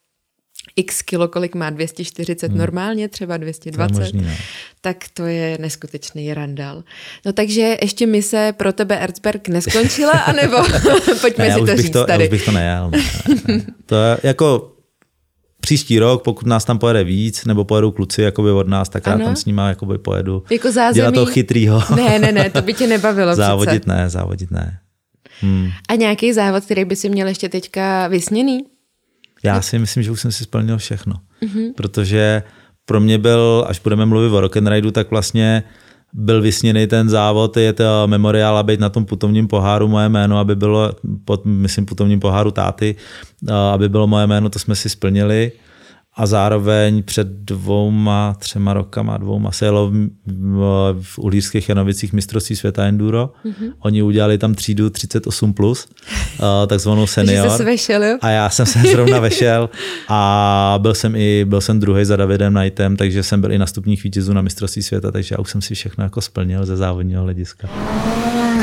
x kilo, kolik má dvě stě čtyřicet hmm. normálně, třeba dvě stě dvacet, to možný, no. tak to je neskutečný randál. No takže ještě mise pro tebe Erzberg neskončila, anebo pojďme ne, si to říct to, tady. Já už bych to nejel. Ne, ne. To je jako příští rok, pokud nás tam pojede víc, nebo pojedou kluci jakoby od nás, tak ano. já tam s nima jakoby pojedu. Jako zázemí? Dělat toho chytrýho. Ne, ne, ne, to by tě nebavilo Závodit přece. ne, závodit ne. Hmm. A nějaký závod, který by si měl ještě teďka vysněný? Já si myslím, že už jsem si splnil všechno. Mm-hmm. Protože pro mě byl, až budeme mluvit o rock'n'rideu, tak vlastně byl vysněný ten závod, je to memoriál, aby na tom putovním poháru moje jméno, aby bylo, pod, myslím, putovním poháru táty, aby bylo moje jméno, to jsme si splnili. A zároveň před dvouma, třema rokama, dvouma se jelo v, v, v Uhlířských Janovicích mistrovství světa enduro. Mm-hmm. Oni udělali tam třídu třicet osm plus, uh, takzvanou senior. Takže jsi se vešel, jo? A já jsem se zrovna vešel a byl jsem i byl jsem druhý za Davidem Knightem, takže jsem byl i na stupních vítězů na mistrovství světa, takže já už jsem si všechno jako splnil ze závodního hlediska.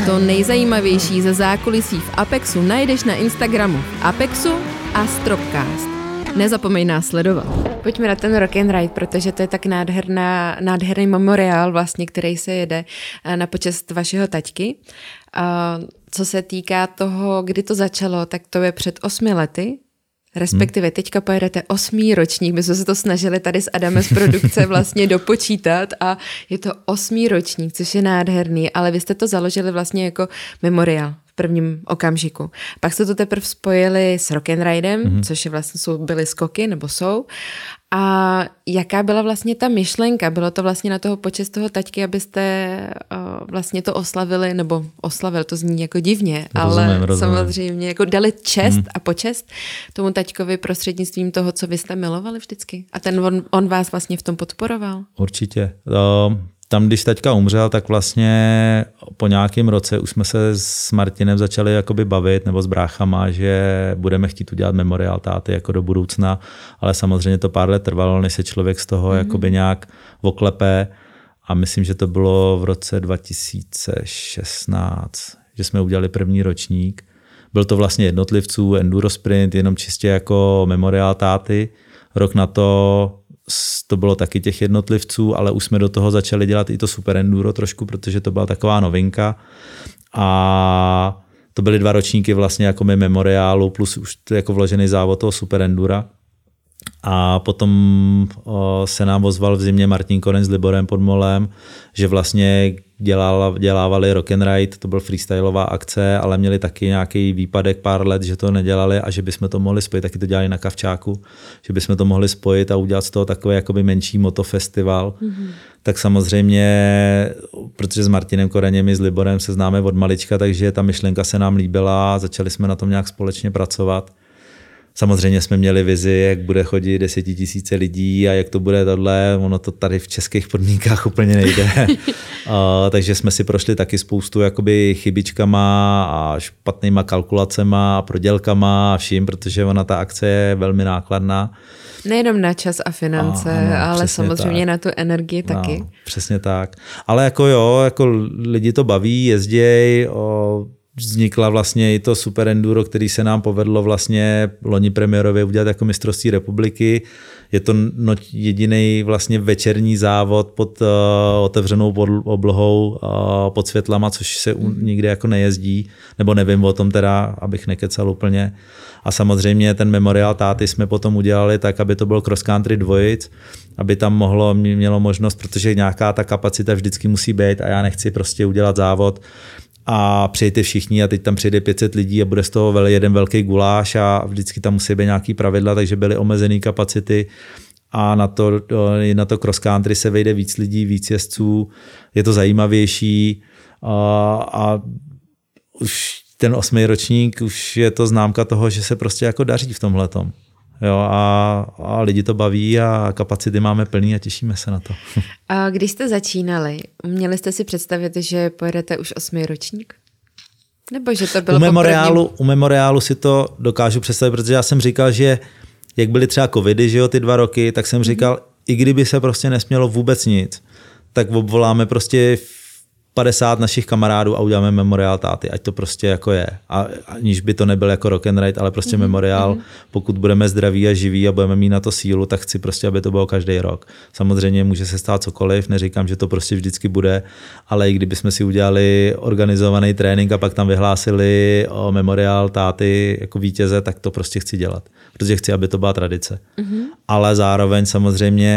To nejzajímavější ze zákulisí v Apexu najdeš na Instagramu Apexu a Stropcast. Nezapomeň nás sledovat. Pojďme na ten Rock and Ride, protože to je tak nádherná, nádherný memoriál, vlastně, který se jede na počest vašeho taťky. A co se týká toho, kdy to začalo, tak to je před osmi lety. Respektive teďka pojedete osmý ročník, my jsme se to snažili tady s Adamem z produkce vlastně dopočítat a je to osmý ročník, což je nádherný, ale vy jste to založili vlastně jako memoriál v prvním okamžiku. Pak jste to teprve spojili s Rock and Ridem, mm-hmm. což je vlastně jsou, byly skoky nebo jsou. A jaká byla vlastně ta myšlenka? Bylo to vlastně na toho počest toho taťky, abyste uh, vlastně to oslavili, nebo oslavil, to zní jako divně, rozumím, ale rozumím. Samozřejmě jako dali čest hmm. a počest tomu taťkovi prostřednictvím toho, co vy jste milovali vždycky. A ten on, on vás vlastně v tom podporoval? Určitě. Uh, tam, když taťka umřel, tak vlastně po nějakém roce už jsme se s Martinem začali jakoby bavit, nebo s bráchama, že budeme chtít udělat memoriál táty jako do budoucna, ale samozřejmě to pár let trvalo, než se člověk z toho mm-hmm. jakoby nějak oklepe a myslím, že to bylo v roce dva tisíce šestnáct, že jsme udělali první ročník. Byl to vlastně jednotlivců, enduro sprint, jenom čistě jako memoriál táty. Rok na to to bylo taky těch jednotlivců, ale už jsme do toho začali dělat i to super enduro trošku, protože to byla taková novinka. A to byly dva ročníky vlastně jako my memoriálu, plus už jako vložený závod toho super endura. A potom o, se nám ozval v zimě Martin Koren s Liborem Podmolem, že vlastně dělala, dělávali Rock and Ride, to byl freestyleová akce, ale měli taky nějaký výpadek pár let, že to nedělali a že bychom to mohli spojit, taky to dělali na Kavčáku, že bychom to mohli spojit a udělat z toho takový jakoby menší motofestival. Mm-hmm. Tak samozřejmě, protože s Martinem Koreněm i s Liborem se známe od malička, takže ta myšlenka se nám líbila, začali jsme na tom nějak společně pracovat. Samozřejmě jsme měli vizi, jak bude chodit desetitisíce lidí a jak to bude tohle, ono to tady v českých podmínkách úplně nejde. uh, takže jsme si prošli taky spoustu jakoby chybičkama a špatnýma kalkulacema a prodělkama a vším, protože ona ta akce je velmi nákladná. Nejenom na čas a finance, a, ano, ale samozřejmě tak. Na tu energii taky. No, přesně tak. Ale jako jo, jako lidi to baví, jezděj, o, vznikla vlastně i to super enduro, který se nám povedlo vlastně loni premiérově udělat jako mistrovství republiky. Je to no, jediný vlastně večerní závod pod uh, otevřenou oblohou uh, pod světlama, což se u, nikde jako nejezdí, nebo nevím o tom teda, abych nekecal úplně. A samozřejmě ten memoriál táty jsme potom udělali tak, aby to byl cross country dvojic, aby tam mohlo, mělo možnost, protože nějaká ta kapacita vždycky musí být a já nechci prostě udělat závod a přijďte všichni a teď tam přijde pět set lidí a bude z toho jeden velký guláš a vždycky tam musí být nějaký pravidla, takže byly omezené kapacity a na to, na to cross country se vejde víc lidí, víc jezdců, je to zajímavější a, a už ten osmý ročník už je to známka toho, že se prostě jako daří v tomhletom. Jo, a, a lidi to baví a kapacity máme plný a těšíme se na to. A když jste začínali, měli jste si představit, že pojedete už osmý ročník? Nebo že to bylo u memoriálu, u memoriálu si to dokážu představit, protože já jsem říkal, že jak byly třeba covidy, že jo, ty dva roky, tak jsem říkal, mm-hmm. i kdyby se prostě nesmělo vůbec nic, tak obvoláme prostě padesát našich kamarádů a uděláme memoriál táty, ať to prostě jako je. A aniž by to nebyl jako rock and ride, ale prostě mm-hmm. memoriál, pokud budeme zdraví a živí a budeme mít na to sílu, tak chci prostě, aby to bylo každý rok. Samozřejmě může se stát cokoliv, neříkám, že to prostě vždycky bude, ale i kdybychom si udělali organizovaný trénink a pak tam vyhlásili o memoriál táty jako vítěze, tak to prostě chci dělat. Protože chci, aby to byla tradice. Mm-hmm. Ale zároveň samozřejmě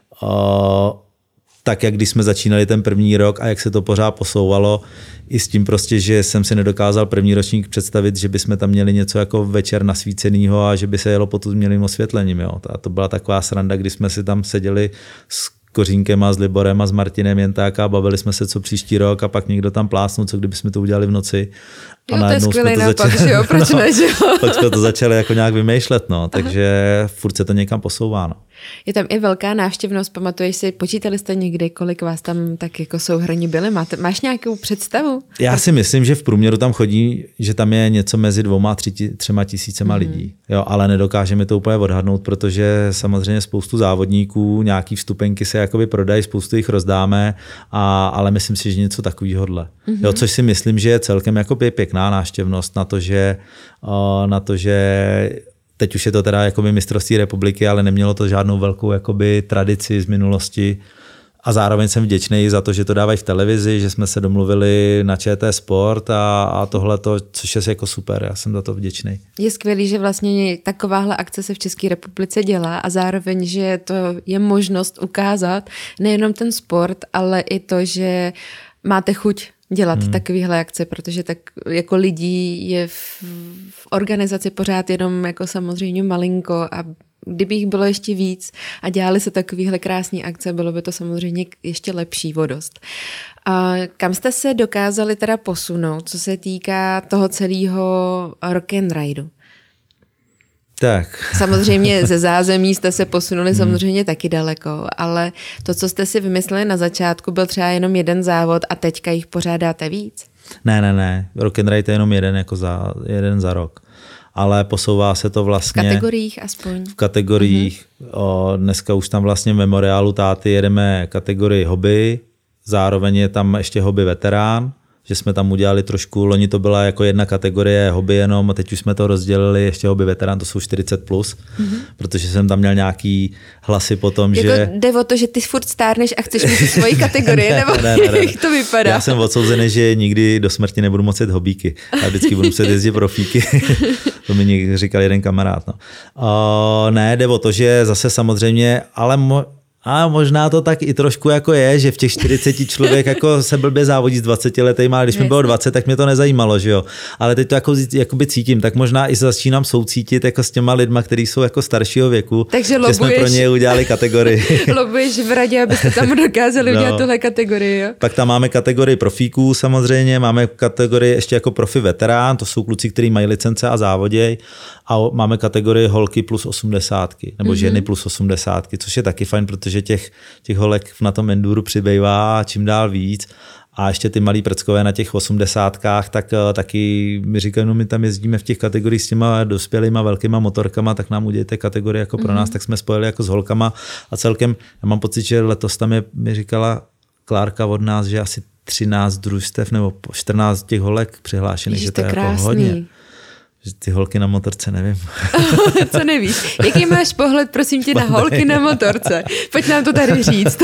uh, tak, jak když jsme začínali ten první rok a jak se to pořád posouvalo, i s tím prostě, že jsem si nedokázal první ročník představit, že bychom tam měli něco jako večer nasvícenýho a že by se jelo pod umělým osvětlením. Jo. A to byla taková sranda, kdy jsme si tam seděli s Kořínkem a s Liborem a s Martinem jen tak a bavili jsme se, co příští rok a pak někdo tam plásnul, co kdybychom to udělali v noci. Jo, to je skvělý nápad, že jo, proč no, ne, že jo? Pak jsme to začali jako nějak vymýšlet, no, takže furt se to někam posouvá, no. Je tam i velká návštěvnost, pamatuješ si, počítali jste někdy, kolik vás tam tak jako souhrnně byli? Máte, máš nějakou představu? Já si myslím, že v průměru tam chodí, že tam je něco mezi dvouma a tři, třema tisícema mm-hmm. lidí, jo, ale nedokážeme to úplně odhadnout, protože samozřejmě spoustu závodníků, nějaký vstupenky se jakoby prodají, spoustu jich rozdáme, a, ale myslím si, že něco takovýhodle. Mm-hmm. Jo, což si myslím, že je celkem jakoby pěkná návštěvnost na to, že, na to, že teď už je to teda jakoby mistrovství republiky, ale nemělo to žádnou velkou jakoby tradici z minulosti. A zároveň jsem vděčný za to, že to dávají v televizi, že jsme se domluvili na Č T Sport a, a tohleto, což je jako super, já jsem za to vděčný. Je skvělý, že vlastně takováhle akce se v České republice dělá a zároveň, že to je možnost ukázat nejenom ten sport, ale i to, že máte chuť dělat hmm. takovýhle akce, protože tak jako lidí je v, v organizaci pořád jenom jako samozřejmě malinko a kdyby jich bylo ještě víc a dělali se takovýhle krásné akce, bylo by to samozřejmě ještě lepší vodost. A kam jste se dokázali teda posunout, co se týká toho celého rock and rideu? Tak. Samozřejmě ze zázemí jste se posunuli samozřejmě taky daleko, ale to, co jste si vymysleli na začátku, byl třeba jenom jeden závod a teďka jich pořádáte víc? Ne, ne, ne. Rock and ride je jenom jeden, jako za, jeden za rok. Ale posouvá se to vlastně... V kategoriích aspoň? V kategoriích. Mm-hmm. O, dneska už tam vlastně v memoriálu táty jedeme kategorii hobby, zároveň je tam ještě hobby veterán, že jsme tam udělali trošku, loni to byla jako jedna kategorie hobby jenom, a teď už jsme to rozdělili, ještě hobby veterán, to jsou čtyřicet plus, mm-hmm. protože jsem tam měl nějaký hlasy potom, jako že... Jde o to, že ty furt stárneš a chceš mít svoji kategorii, ne, nebo ne, ne, ne, jak to vypadá? Já jsem odsouzený, že nikdy do smrti nebudu moct jít hobíky. Já vždycky budu muset jezdit profíky. To mi někdy říkal jeden kamarád. No. Uh, ne, jde o to, že zase samozřejmě, ale mo- a možná to tak i trošku jako je, že v těch čtyřiceti člověk jako se blbě závodí s dvacetiletými, ale když mi bylo dvacet, tak mě to nezajímalo, že jo. Ale teď to jako, jakoby cítím, tak možná i začínám soucítit jako s těma lidma, kteří jsou jako staršího věku, takže lobuješ, že jsme pro ně udělali kategorii. Lobuješ v radě, abyste tam dokázali udělat no. tuhle kategorii, jo? Pak tam máme kategorii profíků samozřejmě, máme kategorii ještě jako profi veterán, to jsou kluci, kteří mají licence a závoděj, a máme kategorii holky plus osmdesátky, nebo mm-hmm. ženy plus osmdesátky, což je taky fajn, protože těch, těch holek na tom enduru přibývá čím dál víc. A ještě ty malí prckové na těch osmdesátkách, tak taky mi říkají, no my tam jezdíme v těch kategoriích s těma dospělýma velkýma motorkama, tak nám udějte kategorii jako pro nás, mm-hmm. tak jsme spojili jako s holkama a celkem, já mám pocit, že letos tam je, mi říkala Klárka od nás, že asi třináct družstev nebo čtrnáct těch holek přihlášených, že to je jako hodně. Že ty holky na motorce, nevím. Co nevíš? Jaký máš pohled, prosím tě, na holky na motorce? Pojď nám to tady říct.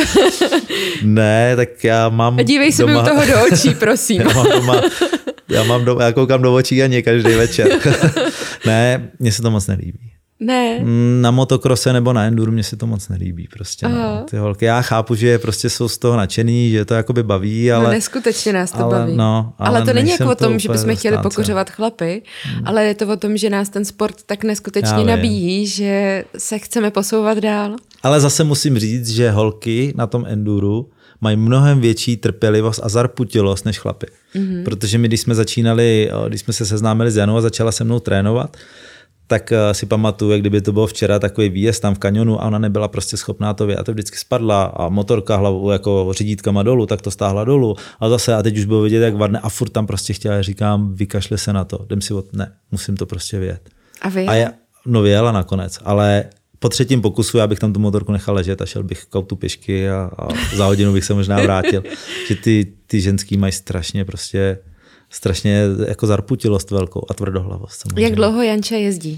Ne, tak já mám A dívej se mi u toho do očí, prosím. Já mám doma, já, mám doma, já koukám do očí a každý večer. Ne, mně se to moc nelíbí. Ne. Na motokrose nebo na enduru mě se to moc nelíbí prostě. No. Ty holky, já chápu, že prostě jsou z toho nadšený, že to jakoby baví, ale... No neskutečně nás to ale, baví. No, ale, ale to není jako o tom, že bychom chtěli pokořovat chlapy, hmm. ale je to o tom, že nás ten sport tak neskutečně nabíjí, že se chceme posouvat dál. Ale zase musím říct, že holky na tom enduru mají mnohem větší trpělivost a zarputilost než chlapy. Mm-hmm. Protože my, když jsme začínali, když jsme se seznámili s Janou a začala se mnou trénovat, tak si pamatuju, jak kdyby to bylo včera, takový výjezd tam v kanionu a ona nebyla prostě schopná to vědět. A to vždycky spadla a motorka hlavu jako řídítkama dolů, tak to stáhla dolů. A zase a teď už bylo vidět, jak vadne a furt tam prostě chtěla, říkám, vykašli se na to, jdem si od... Ne, musím to prostě vědět. A vy? A já, no vyjela nakonec, ale po třetím pokusu já bych tam tu motorku nechal ležet a šel bych k autu pěšky a, a za hodinu bych se možná vrátil. Že ty, ty ženský mají strašně prostě strašně jako zarputilost velkou a tvrdohlavost. Samozřejmě. Jak dlouho Janča jezdí?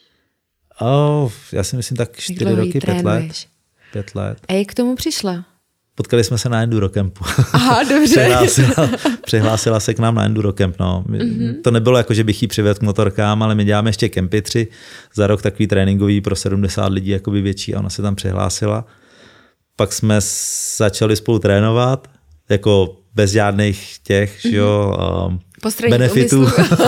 Oh, já si myslím tak čtyři roky, pět let. pět let. A jak k tomu přišla? Potkali jsme se na Endurocampu. Aha, dobře. přihlásila, přihlásila se k nám na Endurocamp. No. Mm-hmm. To nebylo jako, že bych jí přivedl k motorkám, ale my děláme ještě kempy tři za rok, takový tréninkový pro sedmdesát lidí, jakoby větší, a ona se tam přihlásila. Pak jsme začali spolu trénovat, jako bez žádných těch, mm-hmm. jo, um, benefitů.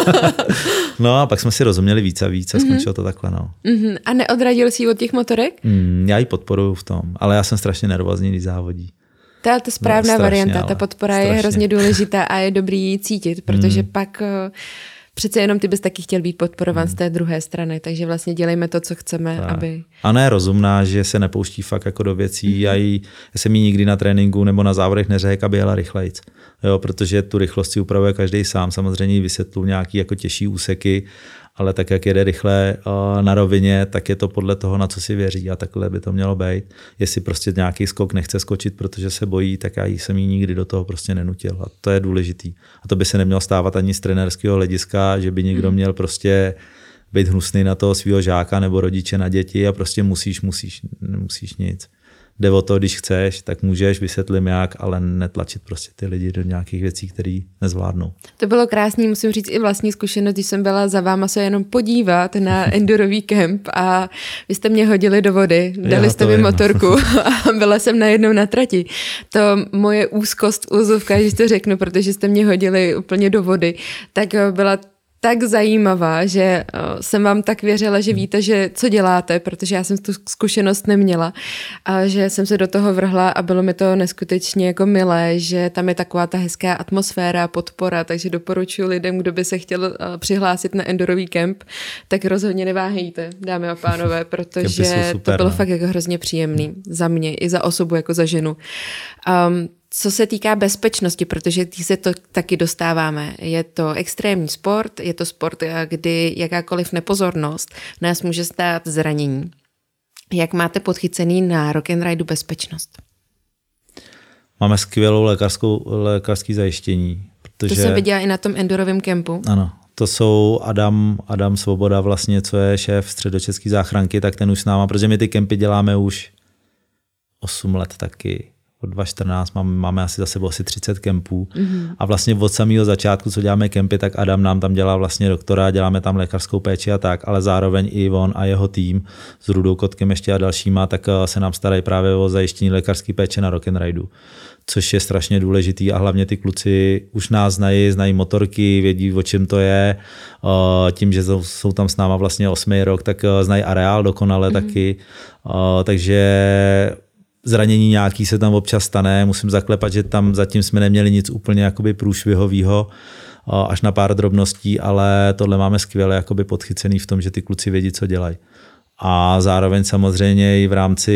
No a pak jsme si rozuměli víc a víc a mm-hmm. skončilo to takhle. No. Mm-hmm. A neodradil jsi ji od těch motorek? Mm, já ji podporuju v tom, ale já jsem strašně nervózní, když závodí. To je ta správná no, strašně, varianta, ta podpora strašně. Je hrozně důležitá a je dobrý ji cítit, protože hmm. pak přece jenom ty bys taky chtěl být podporován hmm. z té druhé strany, takže vlastně dělejme to, co chceme, tak. aby... A ne rozumná, že se nepouští fakt jako do věcí. Hmm. Já, jí, já jsem jí nikdy na tréninku nebo na závodech neřekl, aby jela rychlejc. Jo, protože tu rychlost si upravuje každý sám. Samozřejmě vysvětlu nějaký jako těžší úseky, ale tak, jak jede rychle na rovině, tak je to podle toho, na co si věří a takhle by to mělo být. Jestli prostě nějaký skok nechce skočit, protože se bojí, tak já jsem jí nikdy do toho prostě nenutil a to je důležitý. A to by se nemělo stávat ani z trenérského hlediska, že by někdo měl prostě být hnusný na toho svého žáka nebo rodiče na děti a prostě musíš, musíš, nemusíš nic. Jde o to, když chceš, tak můžeš, vysvětlím jak, ale netlačit prostě ty lidi do nějakých věcí, které nezvládnou. To bylo krásný, musím říct i vlastní zkušenost, když jsem byla za váma se jenom podívat na endurový kemp a vy jste mě hodili do vody, dali jste mi motorku a byla jsem najednou na trati. To moje úzkost úzovka, když to řeknu, protože jste mě hodili úplně do vody, tak byla tak zajímavá, že jsem vám tak věřila, že víte, že co děláte, protože já jsem tu zkušenost neměla a že jsem se do toho vrhla a bylo mi to neskutečně jako milé, že tam je taková ta hezká atmosféra, podpora, takže doporučuji lidem, kdo by se chtěl přihlásit na endurový kemp, tak rozhodně neváhejte, dámy a pánové, protože super, to bylo no. fakt jako hrozně příjemný za mě i za osobu, jako za ženu. Um, Co se týká bezpečnosti, protože ty se to taky dostáváme, je to extrémní sport, je to sport, kdy jakákoliv nepozornost nás může stát zranění. Jak máte podchycený na Rock and Rideu bezpečnost? Máme skvělou lékařskou, lékařský zajištění. Protože... To jsem viděla i na tom endurovém kempu. Ano, to jsou Adam, Adam Svoboda vlastně, co je šéf středočeské záchranky, tak ten už s náma, protože my ty kempy děláme už osm let taky. Od dva tisíce čtrnáct máme, máme asi za sebou asi třicet kempů mm-hmm. a vlastně od samého začátku, co děláme kempy, tak Adam nám tam dělá vlastně doktora, děláme tam lékařskou péči a tak, ale zároveň i on a jeho tým s Rudou Kotkem ještě a dalšíma, tak se nám starají právě o zajištění lékařské péče na Rock and Rideu, což je strašně důležitý a hlavně ty kluci už nás znají, znají motorky, vědí, o čem to je, tím, že jsou tam s náma vlastně osmý rok, tak znají areál dokonale mm-hmm. taky, takže zranění nějaký se tam občas stane, musím zaklepat, že tam zatím jsme neměli nic úplně jakoby průšvihovýho, až na pár drobností, ale tohle máme skvěle jakoby podchycený v tom, že ty kluci vědí, co dělají. A zároveň samozřejmě i v rámci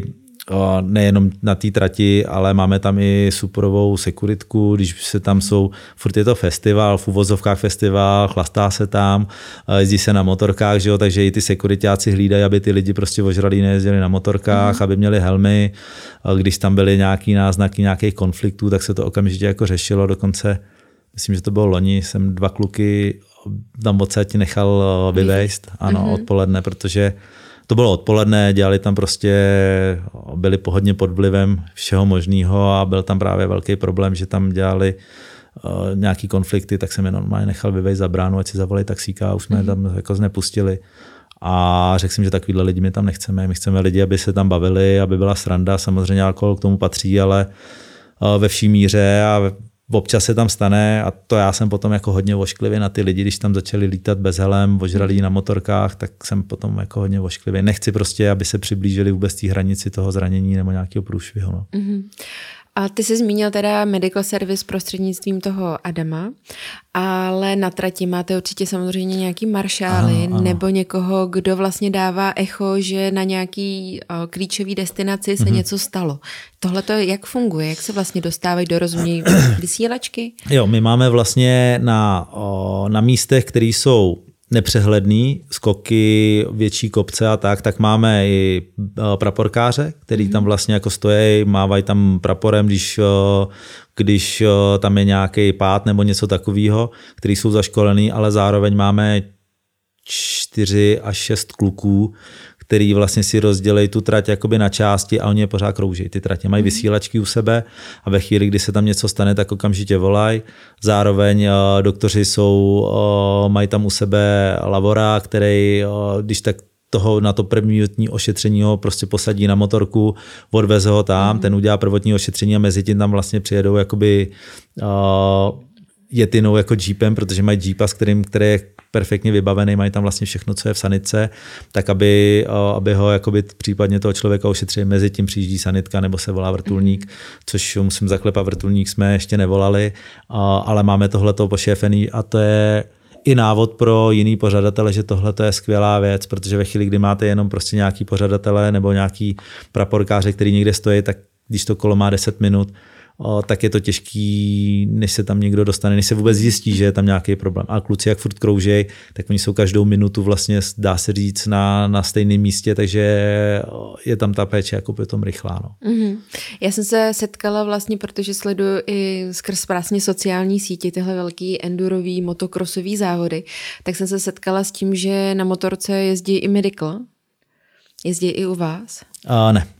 nejenom na té trati, ale máme tam i superovou sekuritku, když se tam jsou, furt je to festival, v uvozovkách festival, chlastá se tam, jezdí se na motorkách, že jo, takže i ty sekuritáci hlídají, aby ty lidi prostě ožralí nejezdili na motorkách, mm. aby měli helmy, když tam byly nějaký náznaky nějakých konfliktů, tak se to okamžitě jako řešilo, dokonce, myslím, že to bylo loni, jsem dva kluky tam odsaď nechal vyvést, ano, mm-hmm. odpoledne, protože to bylo odpoledne, dělali tam prostě, byli pohodně pod vlivem všeho možného a byl tam právě velký problém, že tam dělali uh, nějaký konflikty, tak jsem je normálně nechal vyvést za bránu, ať si zavolali taxíka a už jsme mm. tam jako znepustili. A řekl jsem, že takovýhle lidi my tam nechceme. My chceme lidi, aby se tam bavili, aby byla sranda, samozřejmě alkohol k tomu patří, ale uh, ve vší míře a občas se tam stane a to já jsem potom jako hodně ošklivý na ty lidi, když tam začali lítat bez helem, ožralí na motorkách, tak jsem potom jako hodně ošklivý. Nechci prostě, aby se přiblížili vůbec té hranici toho zranění nebo nějakého průšvihu. No. Mm-hmm. A ty jsi zmínil teda medical service prostřednictvím toho Adama, ale na trati máte určitě samozřejmě nějaký maršály ano, ano. nebo někoho, kdo vlastně dává echo, že na nějaký o, klíčový destinaci se mm-hmm. něco stalo. Tohle to jak funguje? Jak se vlastně dostávají do rozumí vysílačky? Jo, my máme vlastně na, o, na místech, které jsou nepřehledný, skoky, větší kopce a tak, tak máme i praporkáře, který mm-hmm. tam vlastně jako stojí, mávají tam praporem, když, když tam je nějaký pád nebo něco takového, který jsou zaškolený, ale zároveň máme čtyři až šest kluků, který vlastně si rozdělejí tu trať jakoby na části a oni je pořád krouží. Ty tratě mají vysílačky u sebe a ve chvíli, kdy se tam něco stane, tak okamžitě volají. Zároveň uh, doktoři jsou, uh, mají tam u sebe lavora, který, uh, když tak toho na to první ošetření ho prostě posadí na motorku, odveze ho tam, mm. ten udělá prvotní ošetření a mezi tím tam vlastně přijedou jakoby uh, jetinou jako jeepem, protože mají jeepa, s kterým, který je perfektně vybavený, mají tam vlastně všechno, co je v sanitce, tak aby, aby ho jakoby případně toho člověka ušetřili, mezi tím přijíždí sanitka nebo se volá vrtulník, což musím zaklepat, vrtulník jsme ještě nevolali, ale máme tohleto pošéfený a to je i návod pro jiný pořadatele, že tohle je skvělá věc, protože ve chvíli, kdy máte jenom prostě nějaký pořadatele nebo nějaký praporkáře, který někde stojí, tak když to kolo má deset minut, o, tak je to těžký, než se tam někdo dostane, než se vůbec zjistí, že je tam nějaký problém. A kluci, jak furt kroužej, tak oni jsou každou minutu vlastně, dá se říct, na, na stejném místě, takže je tam ta péče jako potom rychlá. No. Mm-hmm. Já jsem se setkala vlastně, protože sleduju i skrz vlastně sociální sítě tyhle velký endurový, motokrosový závody, tak jsem se setkala s tím, že na motorce jezdí i Medical. Jezdí i u vás? A ne.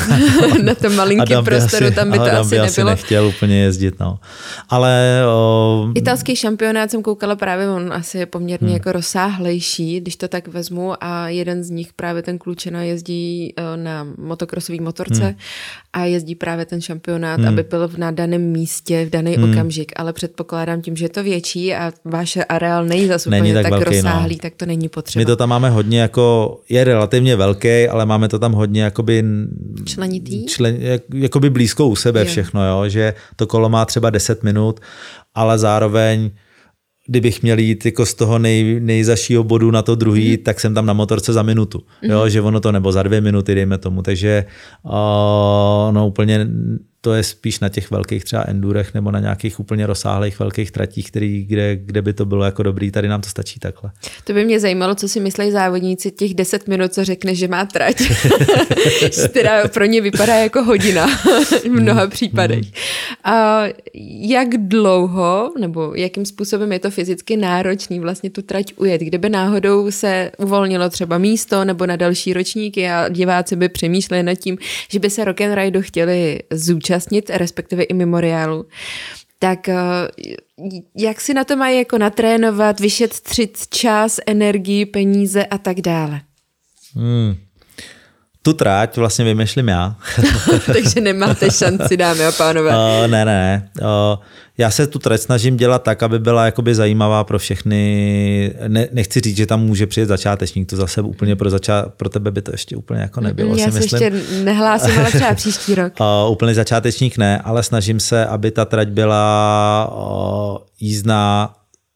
Na tom malinkém prostoru, asi, tam by to Adam asi by nebylo. asi nechtěl úplně jezdit, no. Ale... O... Italský šampionát jsem koukala právě, on asi je poměrně hmm. jako rozsáhlejší, když to tak vezmu a jeden z nich právě ten klučina jezdí na motokrosový motorce hmm. a jezdí právě ten šampionát, hmm. aby byl na daném místě v daný hmm. okamžik, ale předpokládám tím, že je to větší a váš areál není zase úplně tak, tak velký, rozsáhlý, no. tak to není potřeba. My to tam máme hodně jako, je relativně velký, ale máme to tam hodně jakoby členitý? Člen, jak, jakoby blízko u sebe jo. všechno, jo? Že to kolo má třeba deset minut, ale zároveň, kdybych měl jít jako z toho nej, nejzašího bodu na to druhý, mm. tak jsem tam na motorce za minutu, mm. jo? Že ono to, nebo za dvě minuty, dejme tomu, takže uh, no úplně to je spíš na těch velkých třeba endurech nebo na nějakých úplně rozsáhlých velkých tratích, který, kde, kde by to bylo jako dobrý, tady nám to stačí takhle. To by mě zajímalo, co si myslí závodníci těch deset minut, co řekne, že má trať, která pro ně vypadá jako hodina v mnoha případech. A jak dlouho, nebo jakým způsobem je to fyzicky náročný vlastně tu trať ujet? Kdyby náhodou se uvolnilo třeba místo nebo na další ročníky a diváci by přemýšleli nad tím, že by se Rock and Rideu chtěli zúčastnit, respektive i memoriálu, tak jak si na to mají jako natrénovat, vyšetřit čas, energii, peníze a tak dále? Hmm. Tu tráť vlastně vymýšlím já. Takže nemáte šanci, dámy a pánové. Uh, ne, ne. Uh, já se tu trať snažím dělat tak, aby byla jakoby zajímavá pro všechny. Ne, nechci říct, že tam může přijet začátečník, to zase úplně pro, začá... pro tebe by to ještě úplně jako nebylo. Já si se myslím. ještě nehlásím, ale třeba příští rok. Uh, úplně začátečník ne, ale snažím se, aby ta trať byla uh, jízdná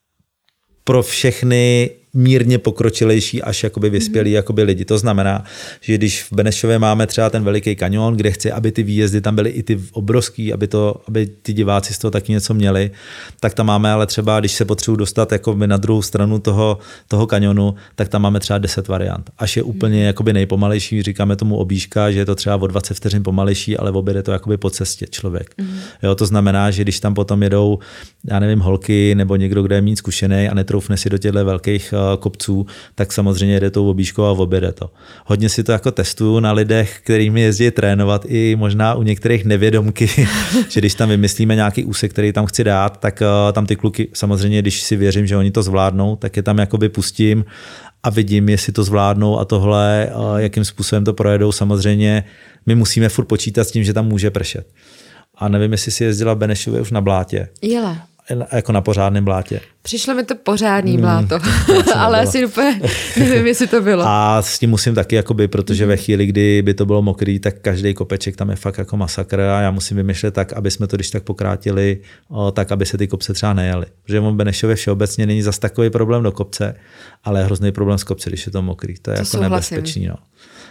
pro všechny mírně pokročilejší až jakoby vyspělí mm. jakoby lidi. To znamená, že když v Benešově máme třeba ten veliký kanion, kde chci, aby ty výjezdy tam byly i ty obrovský, aby, to, aby ty diváci z toho taky něco měli, tak tam máme ale třeba, když se potřebuji dostat jakoby na druhou stranu toho, toho kanionu, tak tam máme třeba deset variant. Až je úplně mm. jakoby nejpomalejší, říkáme tomu obížka, že je to třeba o dvacet vteřin pomalejší, ale objede to jakoby po cestě člověk. Mm. Jo, to znamená, že když tam potom jedou, já nevím, holky nebo někdo, kdo je méně zkušený a netroufne si do těchto velkých kopců, tak samozřejmě jede tou obížkou a objede to. Hodně si to jako testuju na lidech, kterými jezdí trénovat, i možná u některých nevědomky, že když tam vymyslíme nějaký úsek, který tam chci dát, tak tam ty kluky, samozřejmě, když si věřím, že oni to zvládnou, tak je tam jakoby pustím a vidím, jestli to zvládnou a tohle, jakým způsobem to projedou. Samozřejmě my musíme furt počítat s tím, že tam může pršet. A nevím, jestli si jezdila v Benešově už na blátě. Jela. Jako na pořádném blátě. Přišlo mi to pořádný bláto, hmm, ale asi úplně nevím, jestli to bylo. A s tím musím taky, jakoby, protože mm. ve chvíli, kdy by to bylo mokrý, tak každý kopeček tam je fakt jako masakr a já musím vymýšlet tak, aby jsme to když tak pokrátili, o, tak, aby se ty kopce třeba nejeli. Protože v Benešově všeobecně není zas takový problém do kopce, ale je hrozný problém s kopce, když je to mokrý. To je to jako souhlasím. Nebezpečný. No.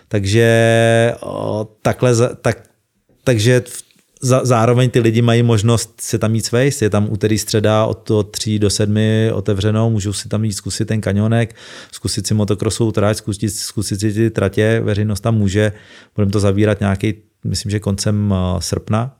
Takže o, takhle, tak, takže zároveň ty lidi mají možnost si tam jít svejst, je tam úterý středa od toho tří do sedmi otevřenou, můžou si tam jít zkusit ten kanionek, zkusit si motokrosovou trať, zkusit, zkusit si ty tratě, veřejnost tam může, budeme to zavírat nějaký, myslím, že koncem srpna,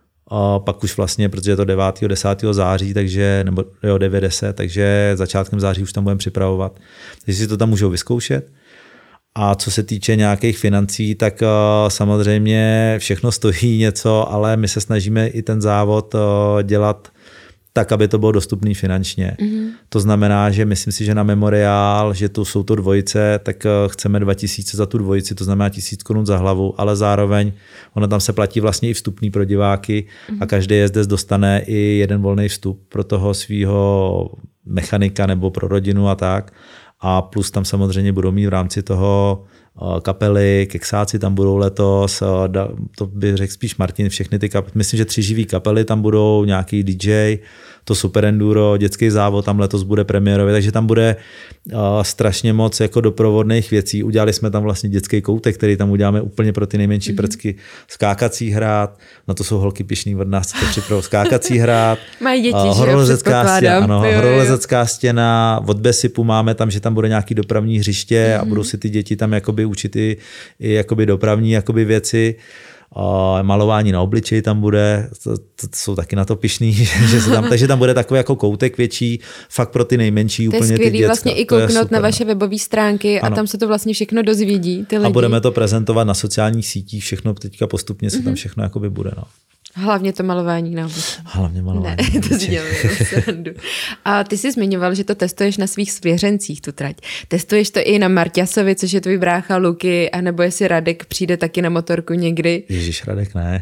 a pak už vlastně, protože je to devátého desátého září, takže, nebo jo, devět deset, takže začátkem září už tam budeme připravovat, takže si to tam můžou vyzkoušet. A co se týče nějakých financí, tak uh, samozřejmě všechno stojí něco, ale my se snažíme i ten závod uh, dělat tak, aby to bylo dostupné finančně. Mm-hmm. To znamená, že myslím si, že na memoriál, že to jsou to dvojice, tak uh, chceme dva tisíce za tu dvojici, to znamená tisíc korun za hlavu, ale zároveň ono tam se platí vlastně i vstupný pro diváky mm-hmm. a každý jezdec dostane i jeden volný vstup pro toho svýho mechanika nebo pro rodinu a tak. A plus tam samozřejmě budou mít v rámci toho kapely, keksáci tam budou letos, to by řekl spíš Martin, všechny ty kapely, myslím, že tři živý kapely tam budou, nějaký D J, to Super Enduro, dětský závod tam letos bude premiérový, takže tam bude uh, strašně moc jako doprovodných věcí. Udělali jsme tam vlastně dětský koutek, který tam uděláme úplně pro ty nejmenší mm-hmm. prcky. Skákací hrát, na to jsou holky pyšný od nás, to připravou skákací hrát. Mají děti, uh, že horolezecká stěna, ano, jo, jo. horolezecká stěna, od Besipu máme tam, že tam bude nějaký dopravní hřiště mm-hmm. a budou si ty děti tam jakoby učit i, i jakoby dopravní jakoby věci. Uh, malování na obličeji tam bude, to, to, to jsou taky na to pyšný, že se tam, takže tam bude takový jako koutek větší, fakt pro ty nejmenší, to úplně je skvělý, ty děcka. Vlastně i kouknout na vaše webové stránky ano. A tam se to vlastně všechno dozvědí ty lidi. A budeme to prezentovat na sociálních sítích, všechno teďka postupně se mm-hmm. tam všechno jakoby bude. No. Hlavně to malování na obličeji. Hlavně malování. Ne, to si dělám srandu. A ty jsi zmiňoval, že to testuješ na svých svěřencích, tu trať. Testuješ to i na Marťasovi, což je tvůj brácha Luky, anebo jestli Radek přijde taky na motorku někdy? Ježíš, Radek ne.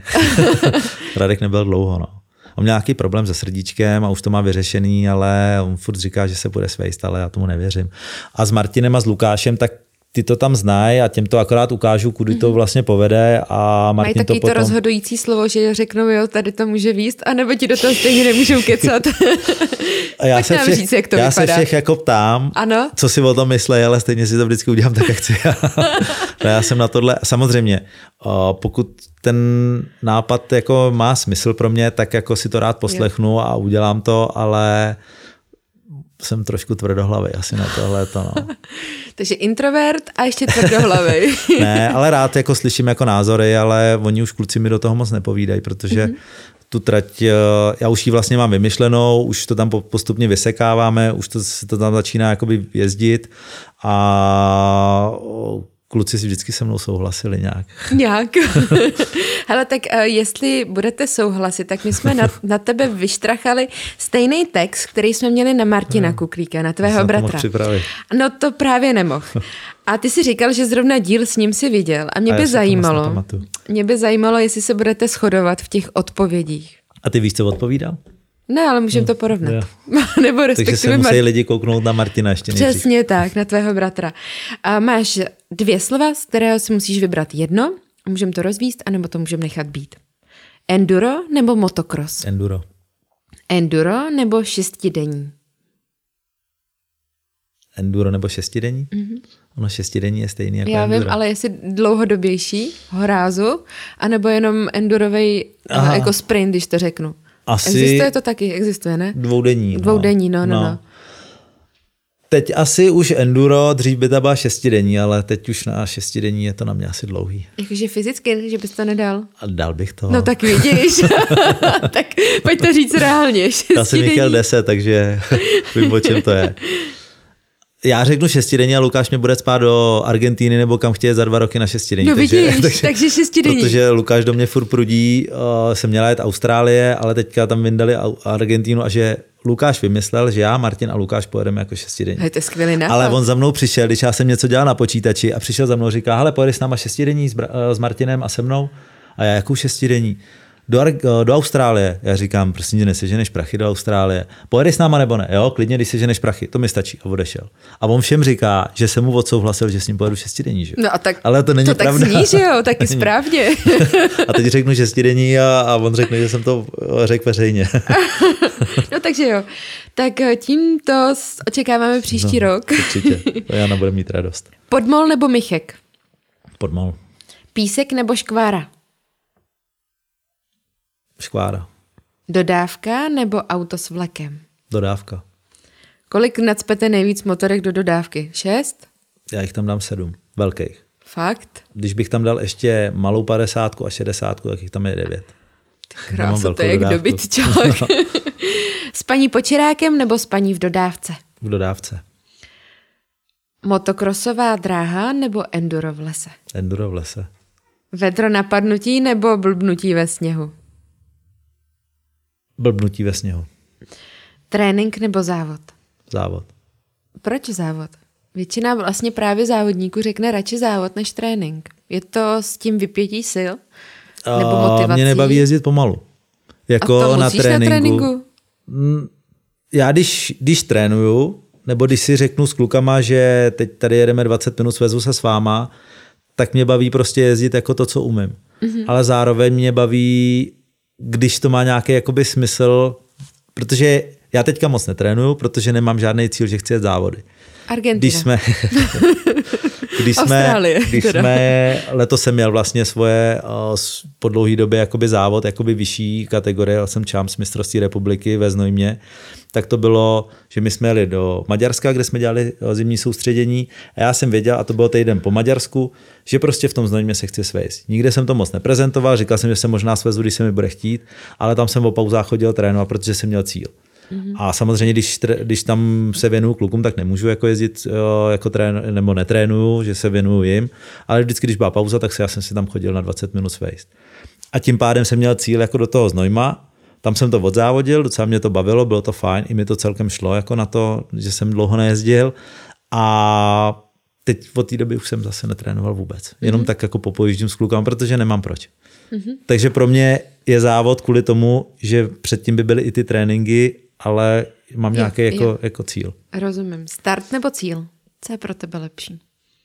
Radek nebyl dlouho, no. On měl nějaký problém se srdíčkem a už to má vyřešený, ale on furt říká, že se bude svejst, ale já tomu nevěřím. A s Martinem a s Lukášem, tak ty to tam znají a těm to akorát ukážu, kudy to vlastně povede a Martin Mají taky to potom... to rozhodující slovo, že řeknou, jo, tady to může výst, anebo ti do toho stejně nemůžou kecat. A já se všech, říct, jak to já vypadá. se všech jako ptám, ano? co si o tom myslej, ale stejně si to vždycky udělám tak, jak chci. Já jsem na tohle, samozřejmě, pokud ten nápad jako má smysl pro mě, tak jako si to rád poslechnu a udělám to, ale jsem trošku tvrdohlavý asi na tohle. To, no. Takže introvert a ještě tvrdohlavý. Ne, ale rád jako slyším jako názory, ale oni už kluci mi do toho moc nepovídají, protože mm-hmm. tu trať, já už ji vlastně mám vymyšlenou, už to tam postupně vysekáváme, už to, se to tam začíná jakoby jezdit a kluci si vždycky se mnou souhlasili nějak. Nějak. Hele, tak uh, jestli budete souhlasit, tak my jsme na, na tebe vyštrachali stejný text, který jsme měli na Martina Kuklíka, na tvého bratra. No to právě nemohl. A ty si říkal, že zrovna díl s ním si viděl. A mě a by zajímalo, mě by zajímalo, jestli se budete shodovat v těch odpovědích. A ty víš, co odpovídal? Ne, ale můžeme no, to porovnat. Nebo respektive takže se musí Mar- lidi kouknout na Martina ještě nejdřív. Přesně tak, na tvého bratra. A máš dvě slova, z kterého si musíš vybrat jedno, můžeme to rozvíst, anebo to můžeme nechat být. Enduro nebo motocross? Enduro. Enduro nebo šestidenní? Enduro nebo šestidenní? Mm-hmm. Ono šestidenní je stejný jako Já enduro. vím, ale jestli dlouhodobější horázu, anebo jenom endurovej Aha. jako sprint, když to řeknu. Asi existuje to taky, existuje, ne? Dvoudenní. Dvoudenní, no, no, no. no. Teď asi už enduro, dřív by to byla šestidenní, ale teď už na šestidenní je to na mě asi dlouhý. Jakože fyzicky, že bys to nedal? A dal bych to. No tak vidíš. Tak pojď to říct reálně. Já jsem jich chtěl deset, takže vím, o čem to je. Já řeknu šestidenní a Lukáš mě bude spát do Argentíny nebo kam chtěje za dva roky na šestidenní. No takže, vidíš, takže, takže šestidenní. Protože Lukáš do mě furt prudí, uh, jsem měla jet Austrálie, ale teďka tam vyndali Argentínu a že Lukáš vymyslel, že já, Martin a Lukáš pojedeme jako šestidenní. Hej, to je skvělý nápad. Ale on za mnou přišel, když já jsem něco dělal na počítači a přišel za mnou a říká, hele, pojedeš s náma šestidenní s, Bra- s Martinem a se mnou? A já, jakou šestidenní? Do, do Austrálie. Já říkám, prosím tě, neseženeš prachy do Austrálie. Pojedeš s náma nebo ne? Jo, klidně, když seženeš prachy, to mi stačí. A odešel. A on všem říká, že jsem mu odsouhlasil, že s ním pojedu šestidenní. Že? No a tak, ale to není to pravda. Tak zní, že jo, taky správně. A teď řeknu šestidenní a, a on řekne, že jsem to řekl veřejně. No takže jo. Tak tímto očekáváme příští no, rok. Určitě, to Jana bude mít radost. Podmol nebo Michek? Podmol. Písek nebo škvára? Škvára. Dodávka nebo auto s vlekem? Dodávka. Kolik nacpete nejvíc motorek do dodávky? Šest? Já jich tam dám sedm. Velkých. Fakt? Když bych tam dal ještě malou padesátku a šedesátku, tak jich tam je devět. Krása, to je jak dobytčák. No. S paní Počerákem nebo s paní v dodávce? V dodávce. Motokrosová dráha nebo enduro v lese? Enduro v lese. Vedro napadnutí nebo blbnutí ve sněhu? Blbnutí ve sněhu. Trénink nebo závod? Závod. Proč závod? Většina vlastně právě závodníků řekne radši závod než trénink. Je to s tím vypětí sil? Nebo motivací? Mě nebaví jezdit pomalu. Jako a to na musíš tréninku. na tréninku? já když, když trénuju, nebo když si řeknu s klukama, že teď tady jedeme dvacet minut, svezu se s váma, tak mě baví prostě jezdit jako to, co umím. Mm-hmm. Ale zároveň mě baví, když to má nějaký jakoby smysl, protože já teďka moc netrénuju, protože nemám žádný cíl, že chci jet závody. Argentina. Když jsme, když jsme, když jsme letos jsem měl vlastně svoje po dlouhé době jakoby závod, jakoby vyšší kategorie, jsem champs mistrovství republiky ve Znojmě, tak to bylo, že my jsme jeli do Maďarska, kde jsme dělali zimní soustředění a já jsem věděl, a to bylo týden po Maďarsku, že prostě v tom Znojmě se chci svést. Nikde jsem to moc neprezentoval, říkal jsem, že se možná svezu, když se mi bude chtít, ale tam jsem o pauzách chodil trénovat, protože jsem měl cíl. Mm-hmm. A samozřejmě, když, když tam se věnuju klukům, tak nemůžu jako jezdit jako trén, nebo netrénuju, že se věnuju jim, ale vždycky, když byla pauza, tak se, já jsem si tam chodil na dvacet minut svést. A tím pádem jsem měl cíl jako do toho Znojma, tam jsem to odzávodil, docela mě to bavilo, bylo to fajn, i mi to celkem šlo jako na to, že jsem dlouho nejezdil a teď od té doby už jsem zase netrénoval vůbec. Jenom mm-hmm. tak jako popojíždím s klukama, protože nemám proč. Mm-hmm. Takže pro mě je závod kvůli tomu, že předtím by byly i ty tréninky, ale mám jo, nějaký jako, jako cíl. Rozumím. Start nebo cíl? Co je pro tebe lepší?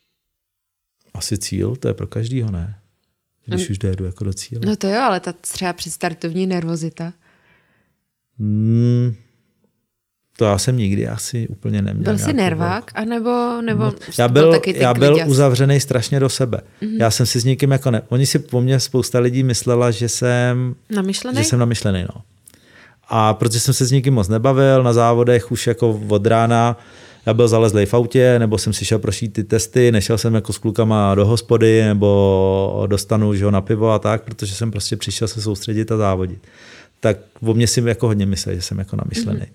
Asi cíl, to je pro každýho, ne? Když no, už dojedu jako do cíle. No to jo, ale ta třeba předstartovní nervozita. Hmm, to já jsem nikdy asi úplně neměl. Byl jsi nervák? Anebo, nebo no, já byl, byl taky já byl uzavřený strašně do sebe. Mm-hmm. Já jsem si s nikým jako ne... Oni si po mně spousta lidí myslela, že jsem... Namyšlený? Že jsem namyšlený, no. A protože jsem se s nikým moc nebavil, na závodech už jako od rána, já byl zalezlej v autě, nebo jsem si šel prošít ty testy, nešel jsem jako s klukama do hospody, nebo dostanu že ho na pivo a tak, protože jsem prostě přišel se soustředit a závodit. Tak o mě si jako hodně myslel, že jsem jako namyšlený. Mm-hmm.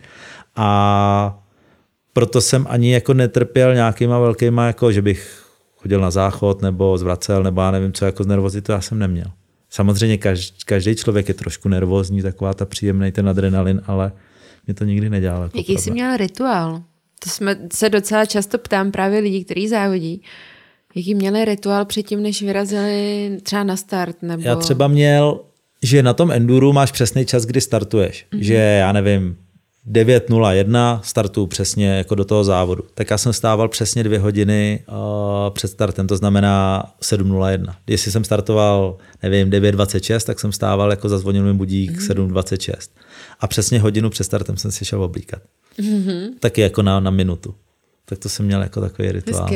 A proto jsem ani jako netrpěl nějakýma velkýma, jako že bych chodil na záchod, nebo zvracel, nebo já nevím co, jako z nervozitu já jsem neměl. Samozřejmě každý, každý člověk je trošku nervózní, taková ta příjemný ten adrenalin, ale mě to nikdy nedělalo. Jako Jaký jsi měl rituál? To jsme se docela často ptám právě lidí, kteří závodí. Jaký měli rituál předtím, než vyrazili třeba na start? Nebo... Já třeba měl, že na tom enduru máš přesný čas, kdy startuješ. Mm-hmm. Že já nevím, devět nula jedna startuju přesně jako do toho závodu. Tak já jsem stával přesně dvě hodiny uh, před startem, to znamená sedm nula jedna. Jestli jsem startoval, nevím, devět dvacet šest, tak jsem stával, jako zazvonil mi budík mm-hmm. sedm dvacet šest. A přesně hodinu před startem jsem si šel oblíkat. Mm-hmm. Taky jako na, na minutu. Tak to jsem měl jako takový rituál.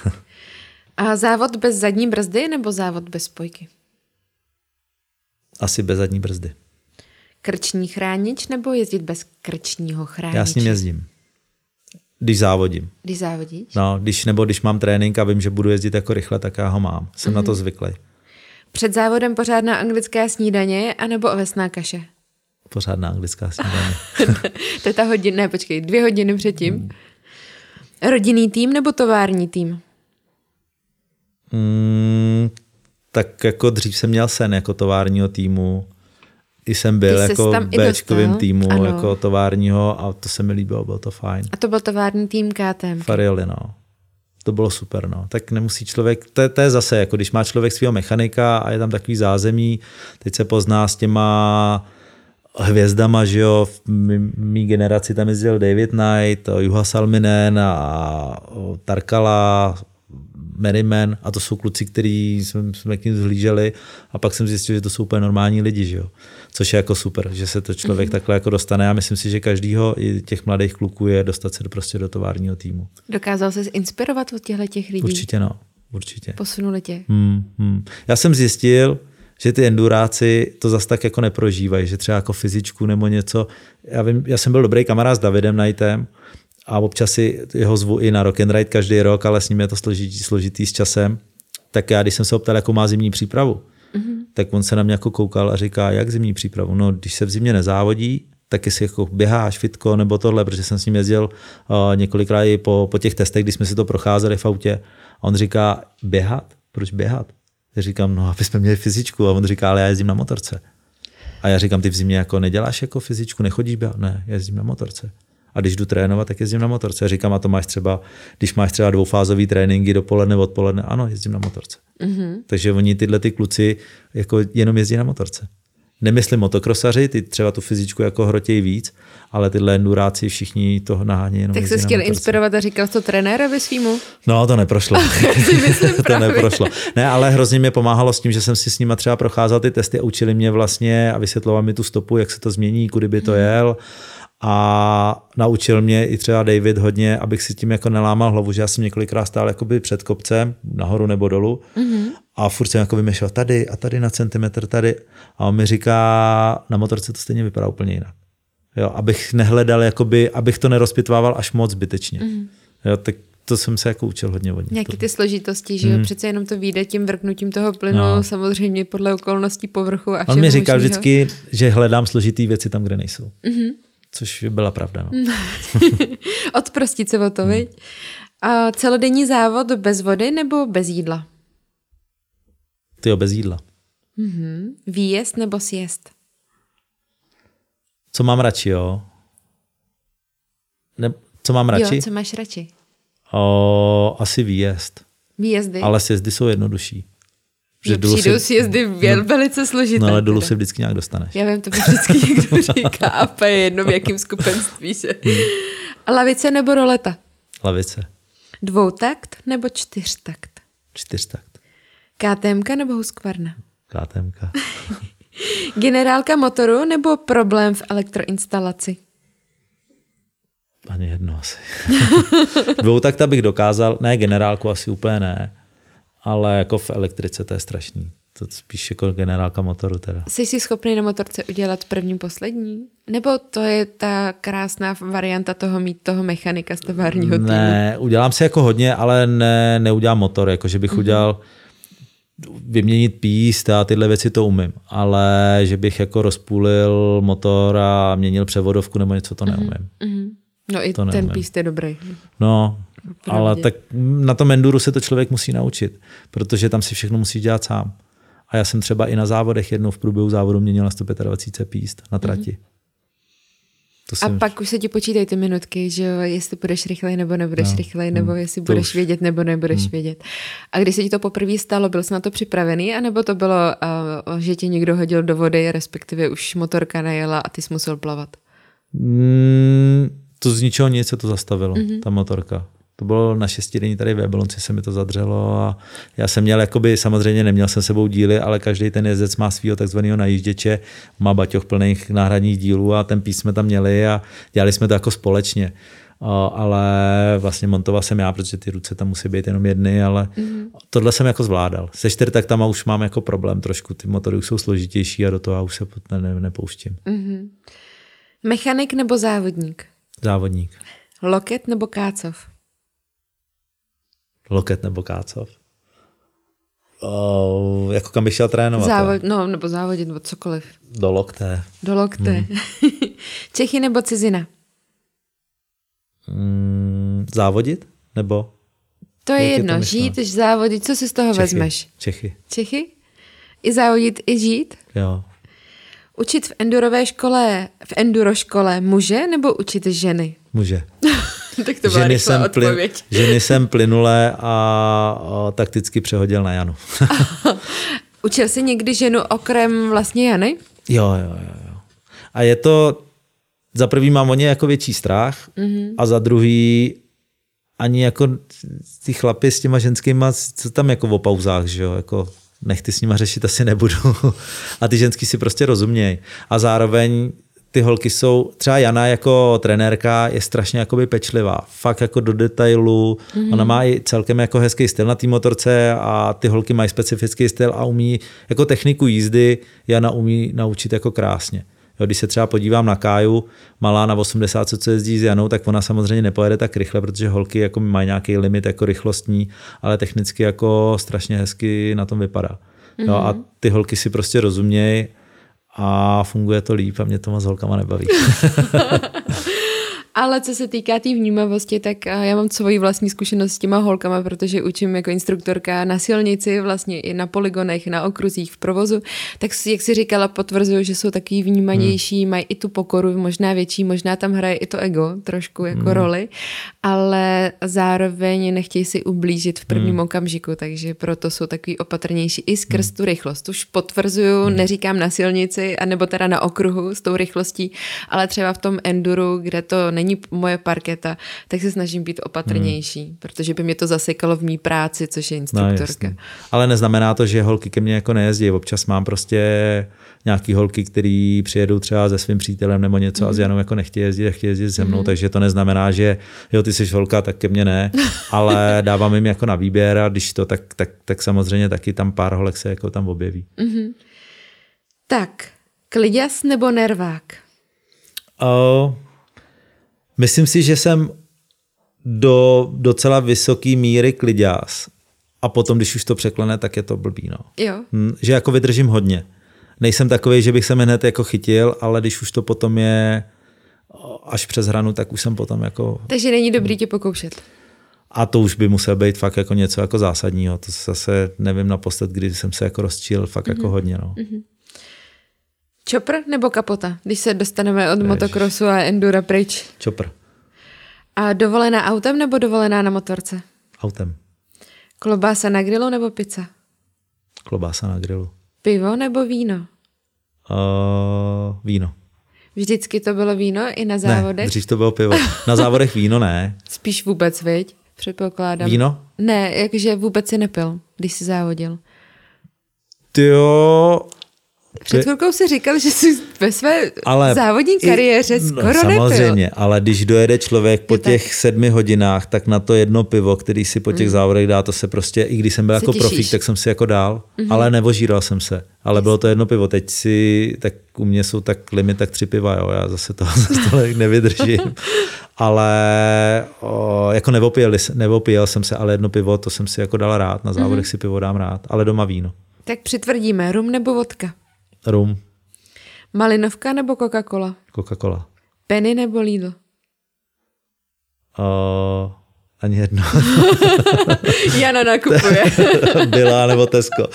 A závod bez zadní brzdy nebo závod bez spojky? Asi bez zadní brzdy. Krční chránič nebo jezdit bez krčního chrániče? Já s ním jezdím. Když závodím. Když závodíš? No, když, nebo když mám trénink a vím, že budu jezdit jako rychle, tak já ho mám. Jsem mm-hmm. na to zvyklý. Před závodem pořádná anglická snídaně anebo ovesná kaše? Pořádná anglická snídaně. To je ta hodina, ne, počkej, dvě hodiny předtím. Mm. Rodinný tým nebo tovární tým? Mm, tak jako dřív jsem měl sen jako továrního týmu. I jsem byl jako v béčkovém týmu ano. jako továrního a to se mi líbilo, bylo to fajn. A to byl tovární tým K T M. Farioli, no. To bylo super, no. Tak nemusí člověk, to, to je zase, jako když má člověk svého mechanika a je tam takový zázemí, teď se pozná s těma hvězdama, že jo, v mý generaci tam jezdil David Knight, Juha Salminen a Tarkala, Merriman a to jsou kluci, který jsme, jsme k ním zhlíželi a pak jsem zjistil, že to jsou úplně normální lidi, že jo. Což je jako super, že se to člověk mm-hmm. takhle jako dostane a myslím si, že každýho i těch mladých kluků je dostat se do, prostě do továrního týmu. Dokázal ses inspirovat od těchto těch lidí? Určitě no, určitě. Posunuli tě? Hmm, hmm. Já jsem zjistil, že ty enduráci to zas tak jako neprožívají, že třeba jako fyzičku nebo něco. Já vím, já jsem byl dobrý kamarád s Davidem Knightem, a občas si jeho zvu i na Rock and Ride každý rok, ale s ním je to složitý, složitý s časem. Tak já, když jsem se optal, jakou má zimní přípravu, mm-hmm. tak on se na mě jako koukal a říká, jak zimní přípravu? No, když se v zimě nezávodí, tak jestli jako běháš, fitko nebo tohle, protože jsem s ním jezdil uh, několikrát i po, po těch testech, když jsme si to procházeli v autě. A on říká, běhat? Proč běhat? Já říkám, no, aby jsme měli fyzičku. A on říká, ale já jezdím na motorce. A já říkám, ty v zimě jako neděláš jako fyzičku, nechodíš běhat? Ne, jezdím na motorce. A když jdu trénovat, tak jezdím na motorce. Říkám, a to máš třeba, když máš třeba dvoufázový tréninky dopoledne, odpoledne, ano, jezdím na motorce. Mm-hmm. Takže oni tyhle ty kluci jako jenom jezdí na motorce. Nemyslím motokrosaři, ty třeba tu fyzičku jako hrotějí víc, ale tyhle enduráci všichni to nahání jenom. Tak se chtěl inspirovat a říkal to trenérovi svýmu? No, to neprošlo. To neprošlo. Ne, ale hrozně mě pomáhalo s tím, že jsem si s nima třeba procházel ty testy a učili mě vlastně a vysvětlovali mi tu stopu, jak se to změní, kudy by to jel. A naučil mě i třeba David hodně, abych si tím jako nelámal hlavu, že já jsem několikrát stál jakoby před kopcem, nahoru nebo dolů mm-hmm. a furt jsem jako vymýšlel tady a tady na centimetr, tady a on mi říká, na motorce to stejně vypadá úplně jinak. Jo, abych nehledal, jakoby, abych to nerozpitvával až moc zbytečně. Mm-hmm. Jo, tak to jsem se jako učil hodně hodně. Nějaký ty složitosti, že jo, mm. přece jenom to vyjde tím vrknutím toho plynu, no. samozřejmě podle okolností povrchu a všeho on mi říkal možného. Vždycky, že hledám složitý věci tam, kde nejsou. Mm-hmm. Což byla pravda. No. Odprostit se o to, viď? A celodenní závod bez vody nebo bez jídla? Tyjo, bez jídla. Mm-hmm. Výjezd nebo sjezd? Co mám radši, jo? Ne, co mám radši? Jo, co máš radši? O, asi výjezd. Výjezdy? Ale sjezdy jsou jednodušší. Že no, přijdou si jezdy no, velice složité. No ale dolů se vždycky nějak dostaneš. Já vím, to mi vždycky někdo říká a je jedno v jakým skupenství se. Lavice nebo roleta? Lavice. Dvoutakt nebo čtyřtakt? Čtyřtakt. KTMka nebo Husqvarna? KTMka. Generálka motoru nebo problém v elektroinstalaci? Ani jedno asi. Dvoutakta bych dokázal, ne generálku asi úplně ne, ale jako v elektrice to je strašný. To spíš jako generálka motoru teda. Jsi si schopný na motorce udělat první, poslední? Nebo to je ta krásná varianta toho mít toho mechanika z továrního týmu? Ne, udělám si jako hodně, ale ne, neudělám motor, jako že bych mm-hmm. udělal vyměnit píst a tyhle věci to umím, ale že bych jako rozpůlil motor a měnil převodovku nebo něco, to neumím. Mm-hmm. No i to ten neumím. Píst je dobrý. No, Pravdě. Ale tak na tom enduru se to člověk musí naučit, protože tam si všechno musí dělat sám. A já jsem třeba i na závodech jednou v průběhu závodu měnil na sto dvacet pět píst na trati. Mm-hmm. To jsem... A pak už se ti počítají ty minutky, že jo, jestli budeš rychlej nebo nebudeš no. rychlej, nebo mm, jestli budeš už. vědět nebo nebudeš mm. vědět. A když se ti to poprvé stalo, byl jsi na to připravený, anebo to bylo, uh, že tě někdo hodil do vody, respektive už motorka nejela a ty jsi musel plavat? Mm, to z ničeho nic se to zastavilo, mm-hmm. ta motorka. To bylo na šestidenní tady v Jablonci, se mi to zadřelo a já jsem měl, jakoby, samozřejmě neměl jsem sebou díly, ale každý ten jezdec má svýho takzvaného najížděče, má baťoch plných náhradních dílů a ten píst jsme tam měli a dělali jsme to jako společně. O, ale vlastně montoval jsem já, protože ty ruce tam musí být jenom jedny, ale mm-hmm. tohle jsem jako zvládal. Se čtyřtaktama už mám jako problém trošku, ty motory už jsou složitější a do toho už se ne, ne, nepouštím. Mm-hmm. Mechanik nebo závodník? Závodník. Loket nebo Kácov? Loket nebo Kácov. O, jako kam bych šel trénovat? Závod, no, nebo závodit, nebo cokoliv. Do lokte. Do lokte. Hmm. Čechy nebo cizina? Mm, závodit? Nebo? To je jedno. Je žít, závodit, co si z toho Čechy. vezmeš? Čechy. Čechy? I závodit, i žít? Jo. Učit v endurové škole, v enduro škole muže nebo učit ženy? Muže. Tak to byla rychlá odpověď. Plyn, ženy jsem plynule a, a takticky přehodil na Janu. Učil jsi někdy ženu okrem vlastně Jany? Jo, jo, jo. jo. A je to, za prvý mám o ně jako větší strach mm-hmm. a za druhý ani jako ty chlapy s těma ženskýma, co tam jako o pauzách, že jo, jako nechty s nima řešit asi nebudu. A ty ženský si prostě rozumějí. A zároveň ty holky jsou, třeba Jana jako trenérka je strašně jakoby pečlivá, fakt jako do detailu, mm-hmm. ona má i celkem jako hezký styl na té motorce a ty holky mají specifický styl a umí jako techniku jízdy, Jana umí naučit jako krásně. Jo, když se třeba podívám na Káju, malá na osmdesát, co jezdí s Janou, tak ona samozřejmě nepojede tak rychle, protože holky jako mají nějaký limit jako rychlostní, ale technicky jako strašně hezky na tom vypadá. Mm-hmm. Jo, a ty holky si prostě rozumějí a funguje to líp a mě to moc holkama nebaví. Ale co se týká té tý vnímavosti, tak já mám svoji vlastní zkušenost s těma holkama, protože učím jako instruktorka na silnici, vlastně i na poligonech, na okruzích, v provozu. Tak jak si říkala, potvrzuju, že jsou takový vnímanější, hmm. mají i tu pokoru, možná větší, možná tam hraje i to ego trošku jako hmm. roli, ale zároveň nechtějí si ublížit v prvním hmm. okamžiku, takže proto jsou takový opatrnější i skrz hmm. tu rychlost. Už potvrzuju, hmm. neříkám na silnici, anebo teda na okruhu s tou rychlostí, ale třeba v tom enduru, kde to není moje parketa, tak se snažím být opatrnější, hmm. protože by mě to zasekalo v mý práci, což je instruktorka. No, ale neznamená to, že holky ke mně jako nejezdí. Občas mám prostě nějaký holky, který přijedou třeba se svým přítelem nebo něco mm. a s Janou jako nechtějí jezdit, chtějí jezdit se mnou, mm. takže to neznamená, že jo, ty jsi holka, tak ke mně ne, ale dávám jim jako na výběr a když to, tak, tak, tak samozřejmě taky tam pár holek se jako tam objeví. Mm-hmm. Tak, kliďas nebo nervák? Uh, myslím si, že jsem do docela vysoký míry kliďas a potom, když už to překlene, tak je to blbý. No. Jo. Hm, že jako vydržím hodně. Nejsem takovej, že bych se hned jako chytil, ale když už to potom je až přes hranu, tak už jsem potom jako... Takže není dobrý tě pokoušet. A to už by musel být fakt jako něco jako zásadního. To zase nevím naposled, kdy jsem se jako rozčil fakt mm-hmm. jako hodně. No. Mm-hmm. Čopr nebo kapota, když se dostaneme od Ježiš. motokrosu a endura pryč? Čopr. A dovolená autem nebo dovolená na motorce? Autem. Klobása na grilu nebo pizza? Klobása na grilu. Pivo nebo víno? Uh, víno. Vždycky to bylo víno i na závodech? Ne, dřív to bylo pivo. Na závodech víno ne. Spíš vůbec, viď? Předpokládám. Víno? Ne, jakože vůbec si nepil, když jsi závodil. Tyjo... Před chvilkou si říkal, že jsi ve své ale závodní kariéře skoro no, nepil. Samozřejmě, ale když dojede člověk po těch tak. sedmi hodinách, tak na to jedno pivo, který si po těch mm. závodech dá, to se prostě, i když jsem byl se jako těšíš. Profík, tak jsem si jako dál, mm-hmm. ale nevožíral jsem se. Ale bylo to jedno pivo. Teď si, tak u mě jsou tak limit, tak tři piva, jo, já zase to zase nevydržím. Ale o, jako nevopijel, nevopijel jsem se, ale jedno pivo, to jsem si jako dal rád, na závodech mm-hmm. si pivo dám rád, ale doma víno. Tak přitvrdíme, rum nebo vodka? Rum. Malinovka nebo Coca-Cola? Coca-Cola. Penny nebo Lidl? Uh, ani jedno. Jana nakupuje. Byla nebo Tesco.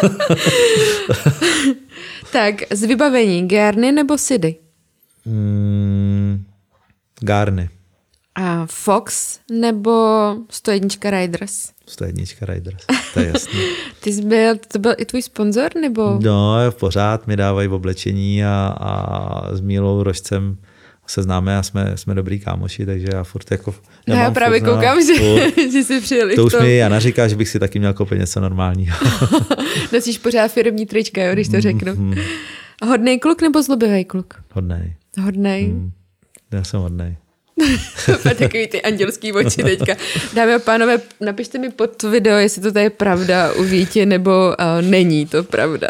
Tak, z vybavení Garny nebo Sidy? Mm, Garny. A Fox nebo sto jedna Riders? sto jedna Riders, to je jasný. Ty jsi byl, to byl i tvůj sponzor, nebo? No, pořád mi dávají v oblečení a, a s Mílou Rožcem se známe a jsme, jsme dobrý kámoši, takže já furt jako... Já, já právě furt, koukám, no, že, že jsi přijeli. To už mi Jana říká, že bych si taky měl koupit něco normálního. Nosíš pořád firemní trička, jo, když to řeknu. Mm, mm. Hodnej kluk nebo zlobivý kluk? Hodnej. Hodnej. Mm, já jsem hodnej. Takový ty andělský oči teďka. Dámy a pánové, napište mi pod video, jestli to tady je pravda u Víti, nebo uh, není to pravda.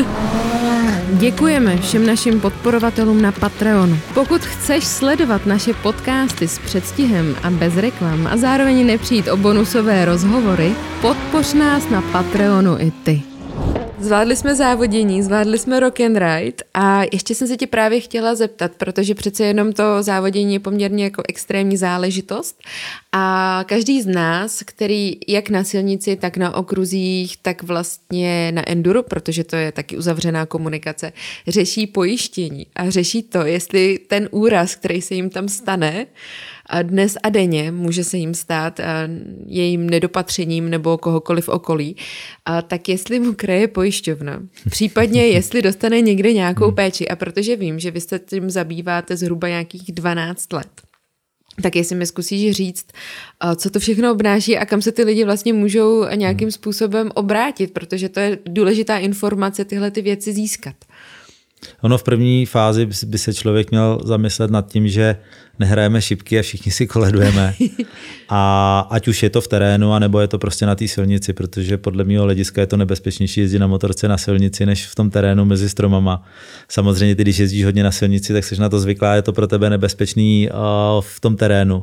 Děkujeme všem našim podporovatelům na Patreonu. Pokud chceš sledovat naše podcasty s předstihem a bez reklam a zároveň nepřijít o bonusové rozhovory, podpoř nás na Patreonu i ty. Zvládli jsme závodění, zvládli jsme rock and ride a ještě jsem se tě právě chtěla zeptat, protože přece jenom to závodění je poměrně jako extrémní záležitost a každý z nás, který jak na silnici, tak na okruzích, tak vlastně na enduru, protože to je taky uzavřená komunikace, řeší pojištění a řeší to, jestli ten úraz, který se jim tam stane, a dnes a denně může se jim stát jejím nedopatřením nebo kohokoliv okolí, a tak jestli mu kryje pojišťovna. Případně jestli dostane někde nějakou péči. A protože vím, že vy se tím zabýváte zhruba nějakých dvanáct let, tak jestli mi zkusíš říct, co to všechno obnáší a kam se ty lidi vlastně můžou nějakým způsobem obrátit, protože to je důležitá informace tyhle ty věci získat. Ono v první fázi by se člověk měl zamyslet nad tím, že nehrajeme šipky a všichni si koledujeme. A ať už je to v terénu, anebo je to prostě na té silnici, protože podle mého hlediska je to nebezpečnější jezdit na motorce na silnici, než v tom terénu mezi stromama. Samozřejmě ty, když jezdíš hodně na silnici, tak jsi na to zvyklá, je to pro tebe nebezpečný v tom terénu.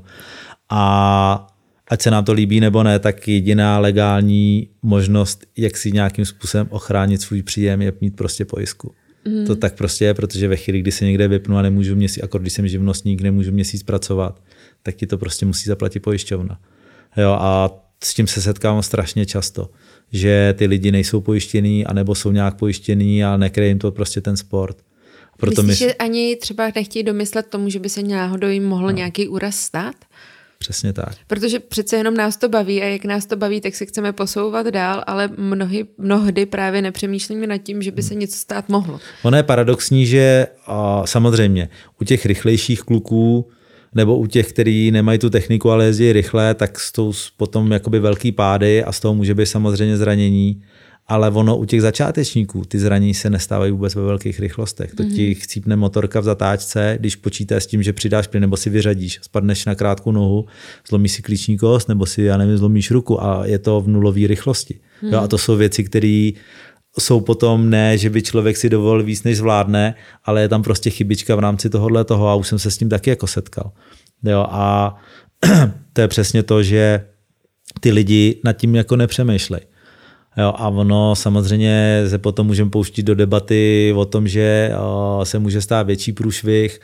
A ať se nám to líbí nebo ne, tak jediná legální možnost, jak si nějakým způsobem ochránit svůj příjem, je mít prostě pojistku. Mm. To tak prostě je, protože ve chvíli, kdy se někde vypnu a nemůžu měsíc, akor když jsem živnostník, nemůžu měsíc pracovat, tak ti to prostě musí zaplatit pojišťovna. Jo, a s tím se setkávám strašně často, že ty lidi nejsou pojištění, anebo jsou nějak pojištění a nekryje jim to prostě ten sport. Proto Myslíš, my... že ani třeba nechtějí domyslet tomu, že by se náhodou jim mohl no. nějaký úraz stát? Přesně tak. Protože přece jenom nás to baví a jak nás to baví, tak se chceme posouvat dál, ale mnohy, mnohdy právě nepřemýšlíme nad tím, že by se něco stát mohlo. Ono je paradoxní, že a samozřejmě u těch rychlejších kluků nebo u těch, kteří nemají tu techniku, ale jezdí rychle, tak jsou potom jakoby velký pády a z toho může být samozřejmě zranění. Ale ono u těch začátečníků, ty zranění se nestávají vůbec ve velkých rychlostech. To ti chcípne motorka v zatáčce, když počítáš s tím, že přidáš plyn nebo si vyřadíš, spadneš na krátkou nohu, zlomíš si klíční kost nebo si, já nevím, zlomíš ruku a je to v nulové rychlosti. Hmm. Jo, a to jsou věci, které jsou potom ne, že by člověk si dovolil víc, než zvládne, ale je tam prostě chybička v rámci tohohle toho a už jsem se s tím taky jako setkal. Jo, a to je přesně to, že ty lidi nad tím jako nepřemýšlej. Jo, a ono samozřejmě se potom můžeme pouštět do debaty o tom, že uh, se může stát větší průšvih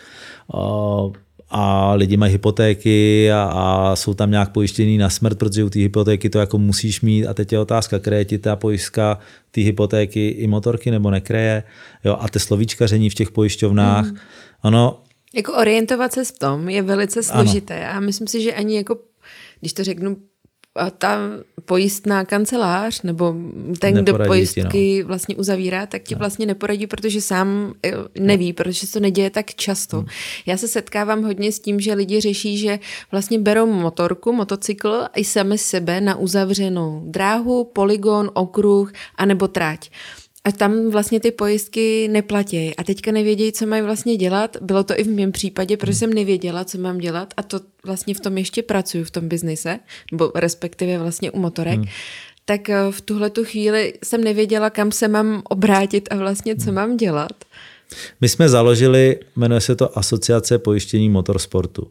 uh, a lidi mají hypotéky a, a jsou tam nějak pojištění na smrt, protože u té hypotéky to jako musíš mít a teď je otázka, kryje ti ta pojistka té hypotéky i motorky nebo nekryje. Jo, a ty slovíčkaření v těch pojišťovnách, mm. ono... Jako orientovat se v tom je velice složité ano. A myslím si, že ani jako, když to řeknu, a ta pojistná kancelář nebo ten, neporadí kdo pojistky ti, no. vlastně uzavírá, tak ti vlastně neporadí, protože sám neví, protože se to neděje tak často. Hmm. Já se setkávám hodně s tím, že lidi řeší, že vlastně berou motorku, motocykl i sami sebe na uzavřenou dráhu, polygon, okruh anebo trať. A tam vlastně ty pojistky neplatí a teďka nevědějí, co mají vlastně dělat. Bylo to i v mém případě, protože jsem nevěděla, co mám dělat a to vlastně v tom ještě pracuju v tom biznise, nebo respektive vlastně u motorek. Hmm. Tak v tuhletu chvíli jsem nevěděla, kam se mám obrátit a vlastně co mám dělat. My jsme založili, jmenuje se to Asociace pojištění motorsportu.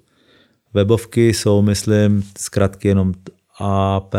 Webovky jsou, myslím, zkratky jenom A P...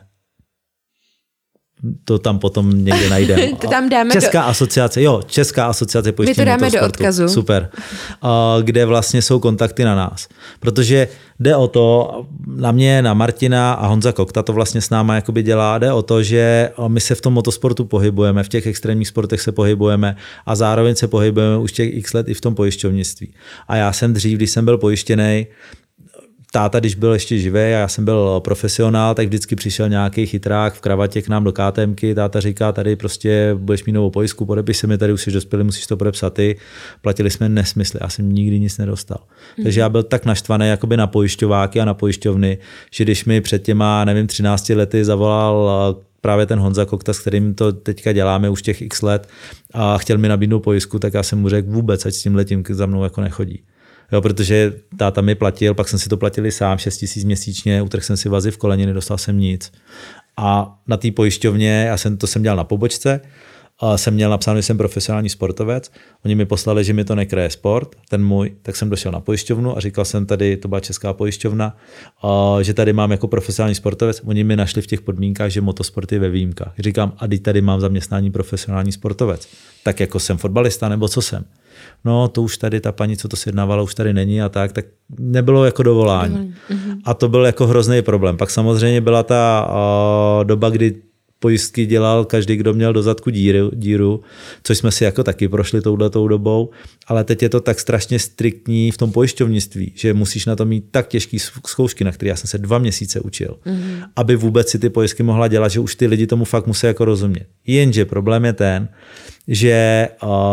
To tam potom někde najdeme. Česká do... asociace, jo, Česká asociace pojištění motorsportu. My to dáme do odkazu. Super. Kde vlastně jsou kontakty na nás. Protože jde o to, na mě, na Martina a Honza Kokta to vlastně s náma jakoby dělá, jde o to, že my se v tom motosportu pohybujeme, v těch extrémních sportech se pohybujeme a zároveň se pohybujeme už těch x let i v tom pojišťovnictví. A já jsem dřív, když jsem byl pojištěnej, táta, když byl ještě živý a já jsem byl profesionál, tak vždycky přišel nějaký chytrák v kravatě k nám do KTMky. Táta říká, tady prostě budeš mít novou pojistku, podepiš se mi, tady už jsi dospělý, musíš to podepsat ty. Platili jsme nesmysly, já jsem nikdy nic nedostal. Mm. Takže já byl tak naštvaný jakoby na pojišťováky a na pojišťovny, že když mi před těma, nevím, třinácti lety zavolal právě ten Honza Kokta, s kterým to teďka děláme už těch x let a chtěl mi nabídnout pojistku, tak já jsem mu řekl vůbec, ať s tím letím za mnou jako nechodí. Jo, protože táta mi platil, pak jsem si to platil sám, šest tisíc měsíčně, utrhl jsem si vazy v koleni, nedostal jsem nic. A na té pojišťovně, já jsem to jsem dělal na pobočce, a jsem měl napsáno, že jsem profesionální sportovec, oni mi poslali, že mi to nekryje sport, ten můj, tak jsem došel na pojišťovnu a říkal jsem tady, to byla Česká pojišťovna, a že tady mám jako profesionální sportovec, oni mi našli v těch podmínkách, že motosport je ve výjimkách. Říkám, a teď tady mám zaměstnání profesionální sportovec, tak jako jsem fotbalista nebo co jsem. No to už tady ta paní, co to sjednávala, už tady není a tak, tak nebylo jako dovolání. Mm-hmm. A to byl jako hrozný problém. Pak samozřejmě byla ta uh, doba, kdy pojistky dělal každý, kdo měl do zadku díru, díru, což jsme si jako taky prošli touhletou dobou, ale teď je to tak strašně striktní v tom pojišťovnictví, že musíš na to mít tak těžký zkoušky, na které já jsem se dva měsíce učil, mm-hmm. aby vůbec si ty pojistky mohla dělat, že už ty lidi tomu fakt musí jako rozumět. Jenže problém je ten, že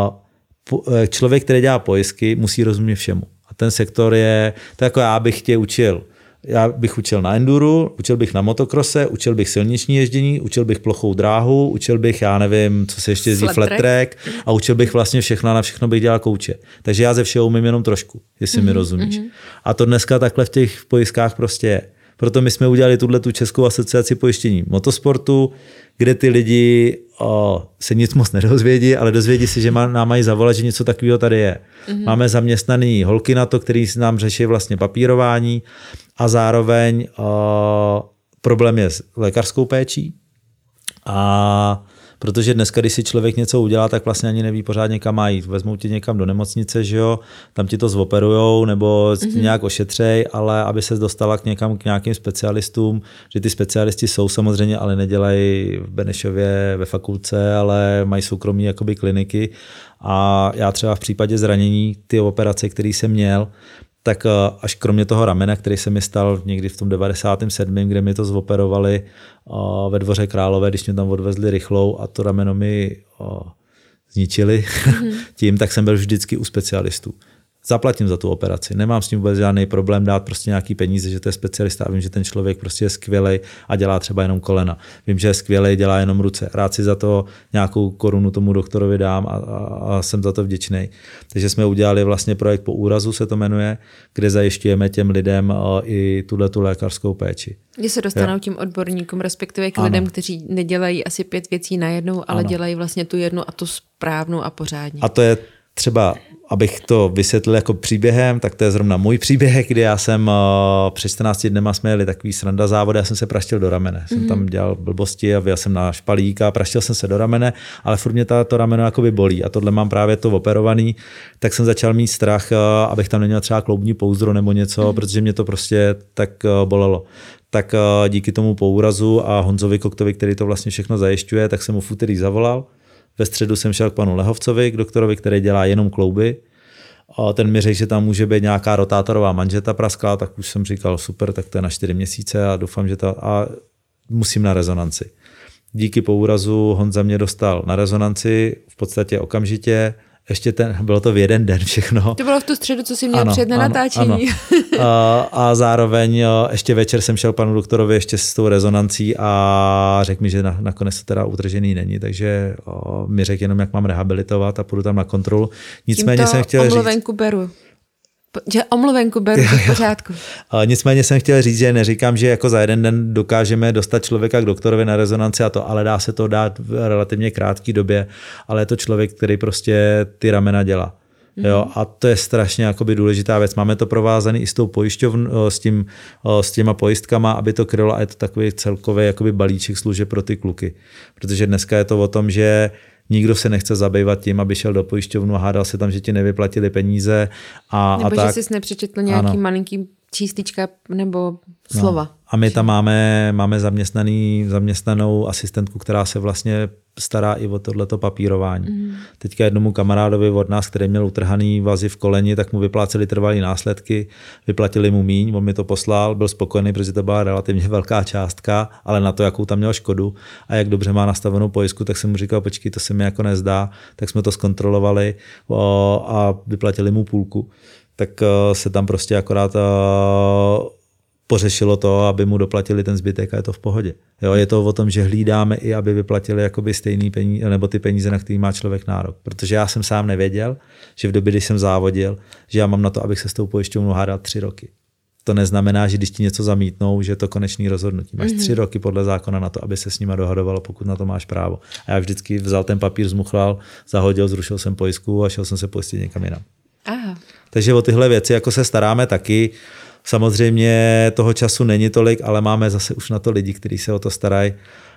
uh, člověk, který dělá pojistky, musí rozumět všemu. A ten sektor je, to jako já bych tě učil. Já bych učil na enduru, učil bych na motokrose, učil bych silniční ježdění, učil bych plochou dráhu, učil bych, já nevím, co se ještě jezdí, flat track a učil bych vlastně všechno, na všechno bych dělal kouče. Takže já ze všeho umím jenom trošku, jestli mm-hmm, mi rozumíš. Mm-hmm. A to dneska takhle v těch pojistkách prostě je. Proto my jsme udělali tuhle Českou asociaci pojištění motosportu, kde ty lidi o, se nic moc nedozvědí, ale dozvědí si, že má, nám mají zavolat, že něco takového tady je. Mm-hmm. Máme zaměstnaný holky na to, který nám řeší vlastně papírování a zároveň o, problém je s lékařskou péčí a protože dneska, když si člověk něco udělá, tak vlastně ani neví pořádně, kam má jít. Vezmou tě někam do nemocnice, že jo, tam ti to zoperujou nebo mm-hmm. nějak ošetřej, ale aby se dostala k někam k nějakým specialistům, že ty specialisti jsou samozřejmě, ale nedělají v Benešově ve fakultce, ale mají soukromí jakoby kliniky. A já třeba v případě zranění ty operace, které jsem měl, tak až kromě toho ramene, který se mi stal někdy v tom devadesátém sedmém, kde mi to zoperovali ve Dvoře Králové, když mě tam odvezli rychlou a to rameno mi zničili mm-hmm. tím, tak jsem byl vždycky u specialistů. Zaplatím za tu operaci, nemám s tím vůbec žádný problém dát prostě nějaký peníze, že to je specialista a vím, že ten člověk prostě je skvělej a dělá třeba jenom kolena. Vím, že je skvělej, dělá jenom ruce. Rád si za to nějakou korunu tomu doktorovi dám a, a, a jsem za to vděčný. Takže jsme udělali vlastně projekt Po úrazu, se to jmenuje, kde zajišťujeme těm lidem i tuhletu lékařskou péči. Kdy se dostanou tím odborníkům, respektive k ano. lidem, kteří nedělají asi pět věcí najednou, ale ano. dělají vlastně tu jednu a tu správnou a pořádně. A to je třeba, abych to vysvětlil jako příběhem, tak to je zrovna můj příběh, kdy já jsem uh, před čtrnácti dnema jsme jeli takový sranda závody, já jsem se praštil do ramene. Mm-hmm. Jsem tam dělal blbosti a vyjel jsem na špalík a praštil jsem se do ramene, ale furt mě ta, to rameno jakoby bolí a tohle mám právě to operovaný, tak jsem začal mít strach, uh, abych tam neměl třeba kloubní pouzdro nebo něco, mm-hmm. protože mě to prostě tak uh, bolelo. Tak uh, díky tomu Po úrazu a Honzovi Koktovi, který to vlastně všechno zajišťuje, tak jsem mu v úterý zavolal. Ve středu jsem šel k panu Lehovcovi, k doktorovi, který dělá jenom klouby. A ten mi řekl, že tam může být nějaká rotátorová manžeta prasklá, tak už jsem říkal, super, tak to je na čtyři měsíce a doufám, že to... A musím na rezonanci. Díky Po úrazu Honza mě dostal na rezonanci, v podstatě okamžitě. Ještě ten, bylo to v jeden den všechno. To bylo v tu středu, co jsi měl před na natáčení. Ano. A, a zároveň ještě večer jsem šel panu doktorovi ještě s tou rezonancí a řekl mi, že na, nakonec to teda utržený není, takže o, mi řekl jenom, jak mám rehabilitovat a půjdu tam na kontrolu. Nicméně jsem chtěl říct... omluvenku beru. Že omluvenku beru v pořádku. Nicméně jsem chtěl říct, že neříkám, že jako za jeden den dokážeme dostat člověka k doktorovi na rezonanci a to, ale dá se to dát v relativně krátké době, ale je to člověk, který prostě ty ramena dělá. Mm. Jo, a to je strašně jakoby důležitá věc. Máme to provázané i s tou pojišťovnou, s, tím, s těma pojistkama, aby to krylo a je to takový celkový jakoby balíček služeb pro ty kluky. Protože dneska je to o tom, že nikdo se nechce zabývat tím, aby šel do pojišťovnu a hádal se tam, že ti nevyplatili peníze. A, nebo a že tak. jsi nepřečetl nějaký ano. malinký číslička nebo slova. No. A my tam máme, máme zaměstnaný, zaměstnanou asistentku, která se vlastně stará i o tohleto papírování. Mm. Teďka jednomu kamarádovi od nás, který měl utrhaný vazy v koleni, tak mu vypláceli trvalý následky, vyplatili mu míň, on mi to poslal, byl spokojený, protože to byla relativně velká částka, ale na to, jakou tam měl škodu a jak dobře má nastavenou pojistku, tak jsem mu říkal, počkej, to se mi jako nezdá, tak jsme to zkontrolovali o, a vyplatili mu půlku. Tak o, se tam prostě akorát o, pořešilo to, aby mu doplatili ten zbytek a je to v pohodě. Jo, je to o tom, že hlídáme i, aby vyplatili jakoby stejný peníze, nebo ty peníze, na který má člověk nárok. Protože já jsem sám nevěděl, že v době, když jsem závodil, že já mám na to, abych se s tou pojišťovnou hádal tři roky. To neznamená, že když ti něco zamítnou, že je to konečný rozhodnutí. Máš mm-hmm. tři roky podle zákona na to, aby se s nima dohadovalo, pokud na to máš právo. A já vždycky vzal ten papír, zmuchlal, zahodil, zrušil jsem pojistku a šel jsem se pojistit někam jinam. Aha. Takže o tyhle věci jako se staráme taky. Samozřejmě toho času není tolik, ale máme zase už na to lidi, kteří se o to starají.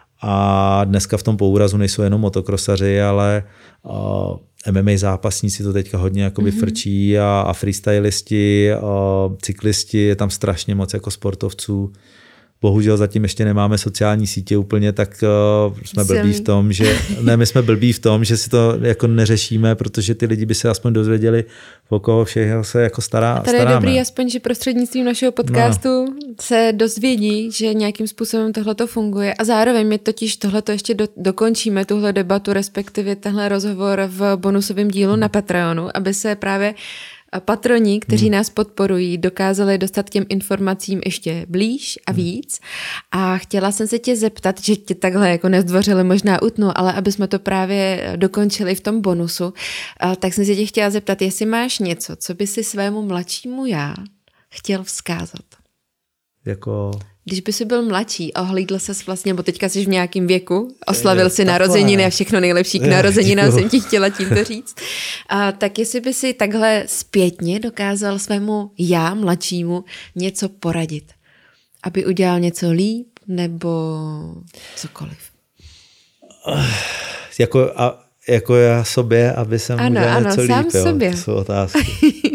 A dneska v tom Po úrazu nejsou jenom motokrosaři, ale uh, M M A zápasníci to teďka hodně jakoby mm-hmm. frčí a, a freestylisti, a cyklisti, je tam strašně moc jako sportovců. Bohužel zatím ještě nemáme sociální sítě úplně, tak uh, jsme blbí v tom, že ne, my jsme blbí v tom, že si to jako neřešíme, protože ty lidi by se aspoň dozvěděli, o koho všeho se jako stará, a tady staráme. je dobrý aspoň, že prostřednictvím našeho podcastu no. se dozvědí, že nějakým způsobem tohleto funguje a zároveň my totiž tohleto ještě do, dokončíme, tuhle debatu, respektive tenhle rozhovor v bonusovém dílu hmm. na Patreonu, aby se právě patroni, kteří hmm. nás podporují, dokázali dostat k těm informacím ještě blíž a víc. A chtěla jsem se tě zeptat, že tě takhle jako nezdvořili, možná utnu, ale aby jsme to právě dokončili v tom bonusu, tak jsem se tě chtěla zeptat, jestli máš něco, co by si svému mladšímu já chtěl vzkázat. Jako... Když by si byl mladší a ohlídl ses vlastně, bo teďka jsi v nějakém věku, oslavil si narozeniny a všechno nejlepší k narozeninám jsem ti chtěla tímto říct, a tak jestli by si takhle zpětně dokázal svému já mladšímu něco poradit, aby udělal něco líp nebo cokoliv. Jako, a, jako já sobě, aby jsem ano, udělal ano, něco sám líp, jo. sobě. To jsou otázky.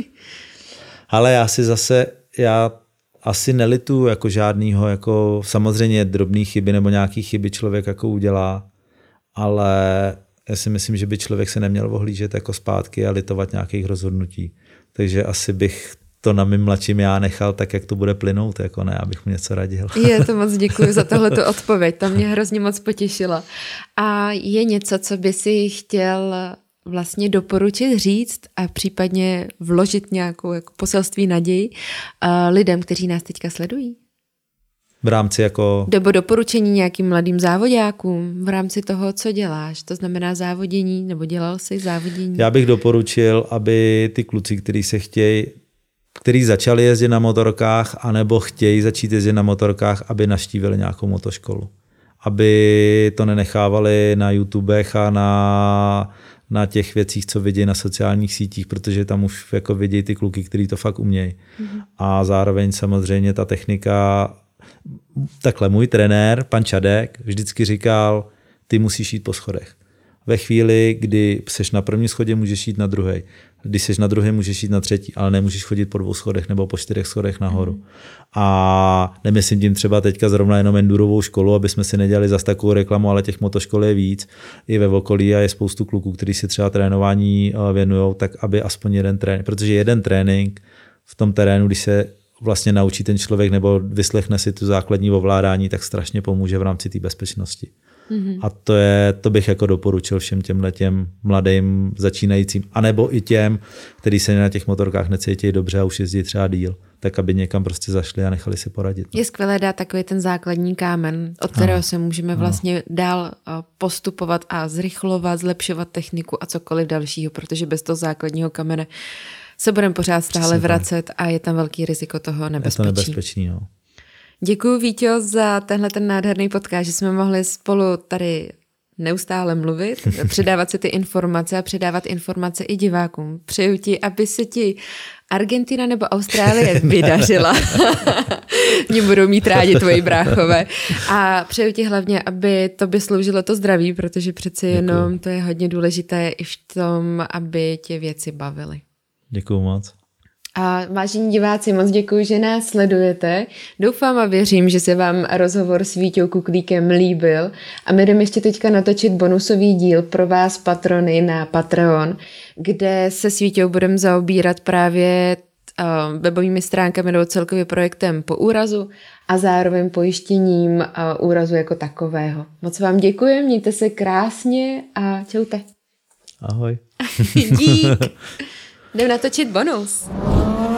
Ale já si zase, já asi nelituju jako žádnýho, jako samozřejmě drobný chyby nebo nějaký chyby člověk jako udělá, ale já si myslím, že by člověk se neměl ohlížet jako zpátky a litovat nějakých rozhodnutí. Takže asi bych to na mým mladším já nechal tak, jak to bude plynout, jako ne, abych mu něco radil. Je, to moc děkuji za tohleto odpověď, ta mě hrozně moc potěšila. A je něco, co by si chtěl vlastně doporučit, říct a případně vložit nějakou jako poselství naději uh, lidem, kteří nás teďka sledují? V rámci jako... Nebo doporučení nějakým mladým závodákům v rámci toho, co děláš. To znamená závodění, nebo dělal jsi závodění? Já bych doporučil, aby ty kluci, kteří se chtějí, kteří začali jezdit na motorkách, anebo chtějí začít jezdit na motorkách, aby navštívili nějakou motoškolu. Aby to nenechávali na YouTubech a na, na těch věcích, co vidí na sociálních sítích, protože tam už jako vidí ty kluky, kteří to fakt umějí. Mm-hmm. A zároveň samozřejmě ta technika. Takhle můj trenér, pan Čadek, vždycky říkal, ty musíš jít po schodech. Ve chvíli, kdy seš na první schodě, můžeš jít na druhý. Když seš na druhém, můžeš jít na třetí, ale nemůžeš chodit po dvou schodech nebo po čtyřech schodech nahoru. Mm. A nemyslím tím třeba teďka zrovna jenom endurovou školu, aby jsme si nedělali zas takovou reklamu, ale těch motoškol je víc i ve okolí a je spoustu kluků, kteří si třeba trénování věnují, tak aby aspoň jeden trénink, protože jeden trénink v tom terénu, když se vlastně naučí ten člověk nebo vyslechne si tu základní ovládání, tak strašně pomůže v rámci té bezpečnosti. Mm-hmm. A to, je, to bych jako doporučil všem těmhletěm mladým začínajícím, anebo i těm, kteří se na těch motorkách necítí dobře a už jezdí třeba díl, tak aby někam prostě zašli a nechali si poradit. Je skvělé dát takový ten základní kámen, od kterého ano. se můžeme vlastně ano. dál postupovat a zrychlovat, zlepšovat techniku a cokoliv dalšího, protože bez toho základního kamene se budeme pořád stále vracet tak. A je tam velký riziko toho nebezpečí. Je to nebezpečný, no. Děkuji, Víťo, za tenhle ten nádherný podcast, že jsme mohli spolu tady neustále mluvit, předávat si ty informace a předávat informace i divákům. Přeju ti, aby se ti Argentina nebo Austrálie vydařila. Mě budou mít rádi tvoji bráchové. A přeju ti hlavně, aby to by sloužilo to zdraví, protože přeci jenom Děkuju. To je hodně důležité i v tom, aby tě věci bavily. Děkuju moc. A vážení diváci, moc děkuji, že nás sledujete. Doufám a věřím, že se vám rozhovor s Víťou Kuklíkem líbil a my jdeme ještě teďka natočit bonusový díl pro vás patrony na Patreon, kde se s Víťou budeme zaobírat právě uh, webovými stránkami nebo celkově projektem po úrazu a zároveň pojištěním uh, úrazu jako takového. Moc vám děkuji, mějte se krásně a čaute. Ahoj. Dík. Jdem natočit bonus.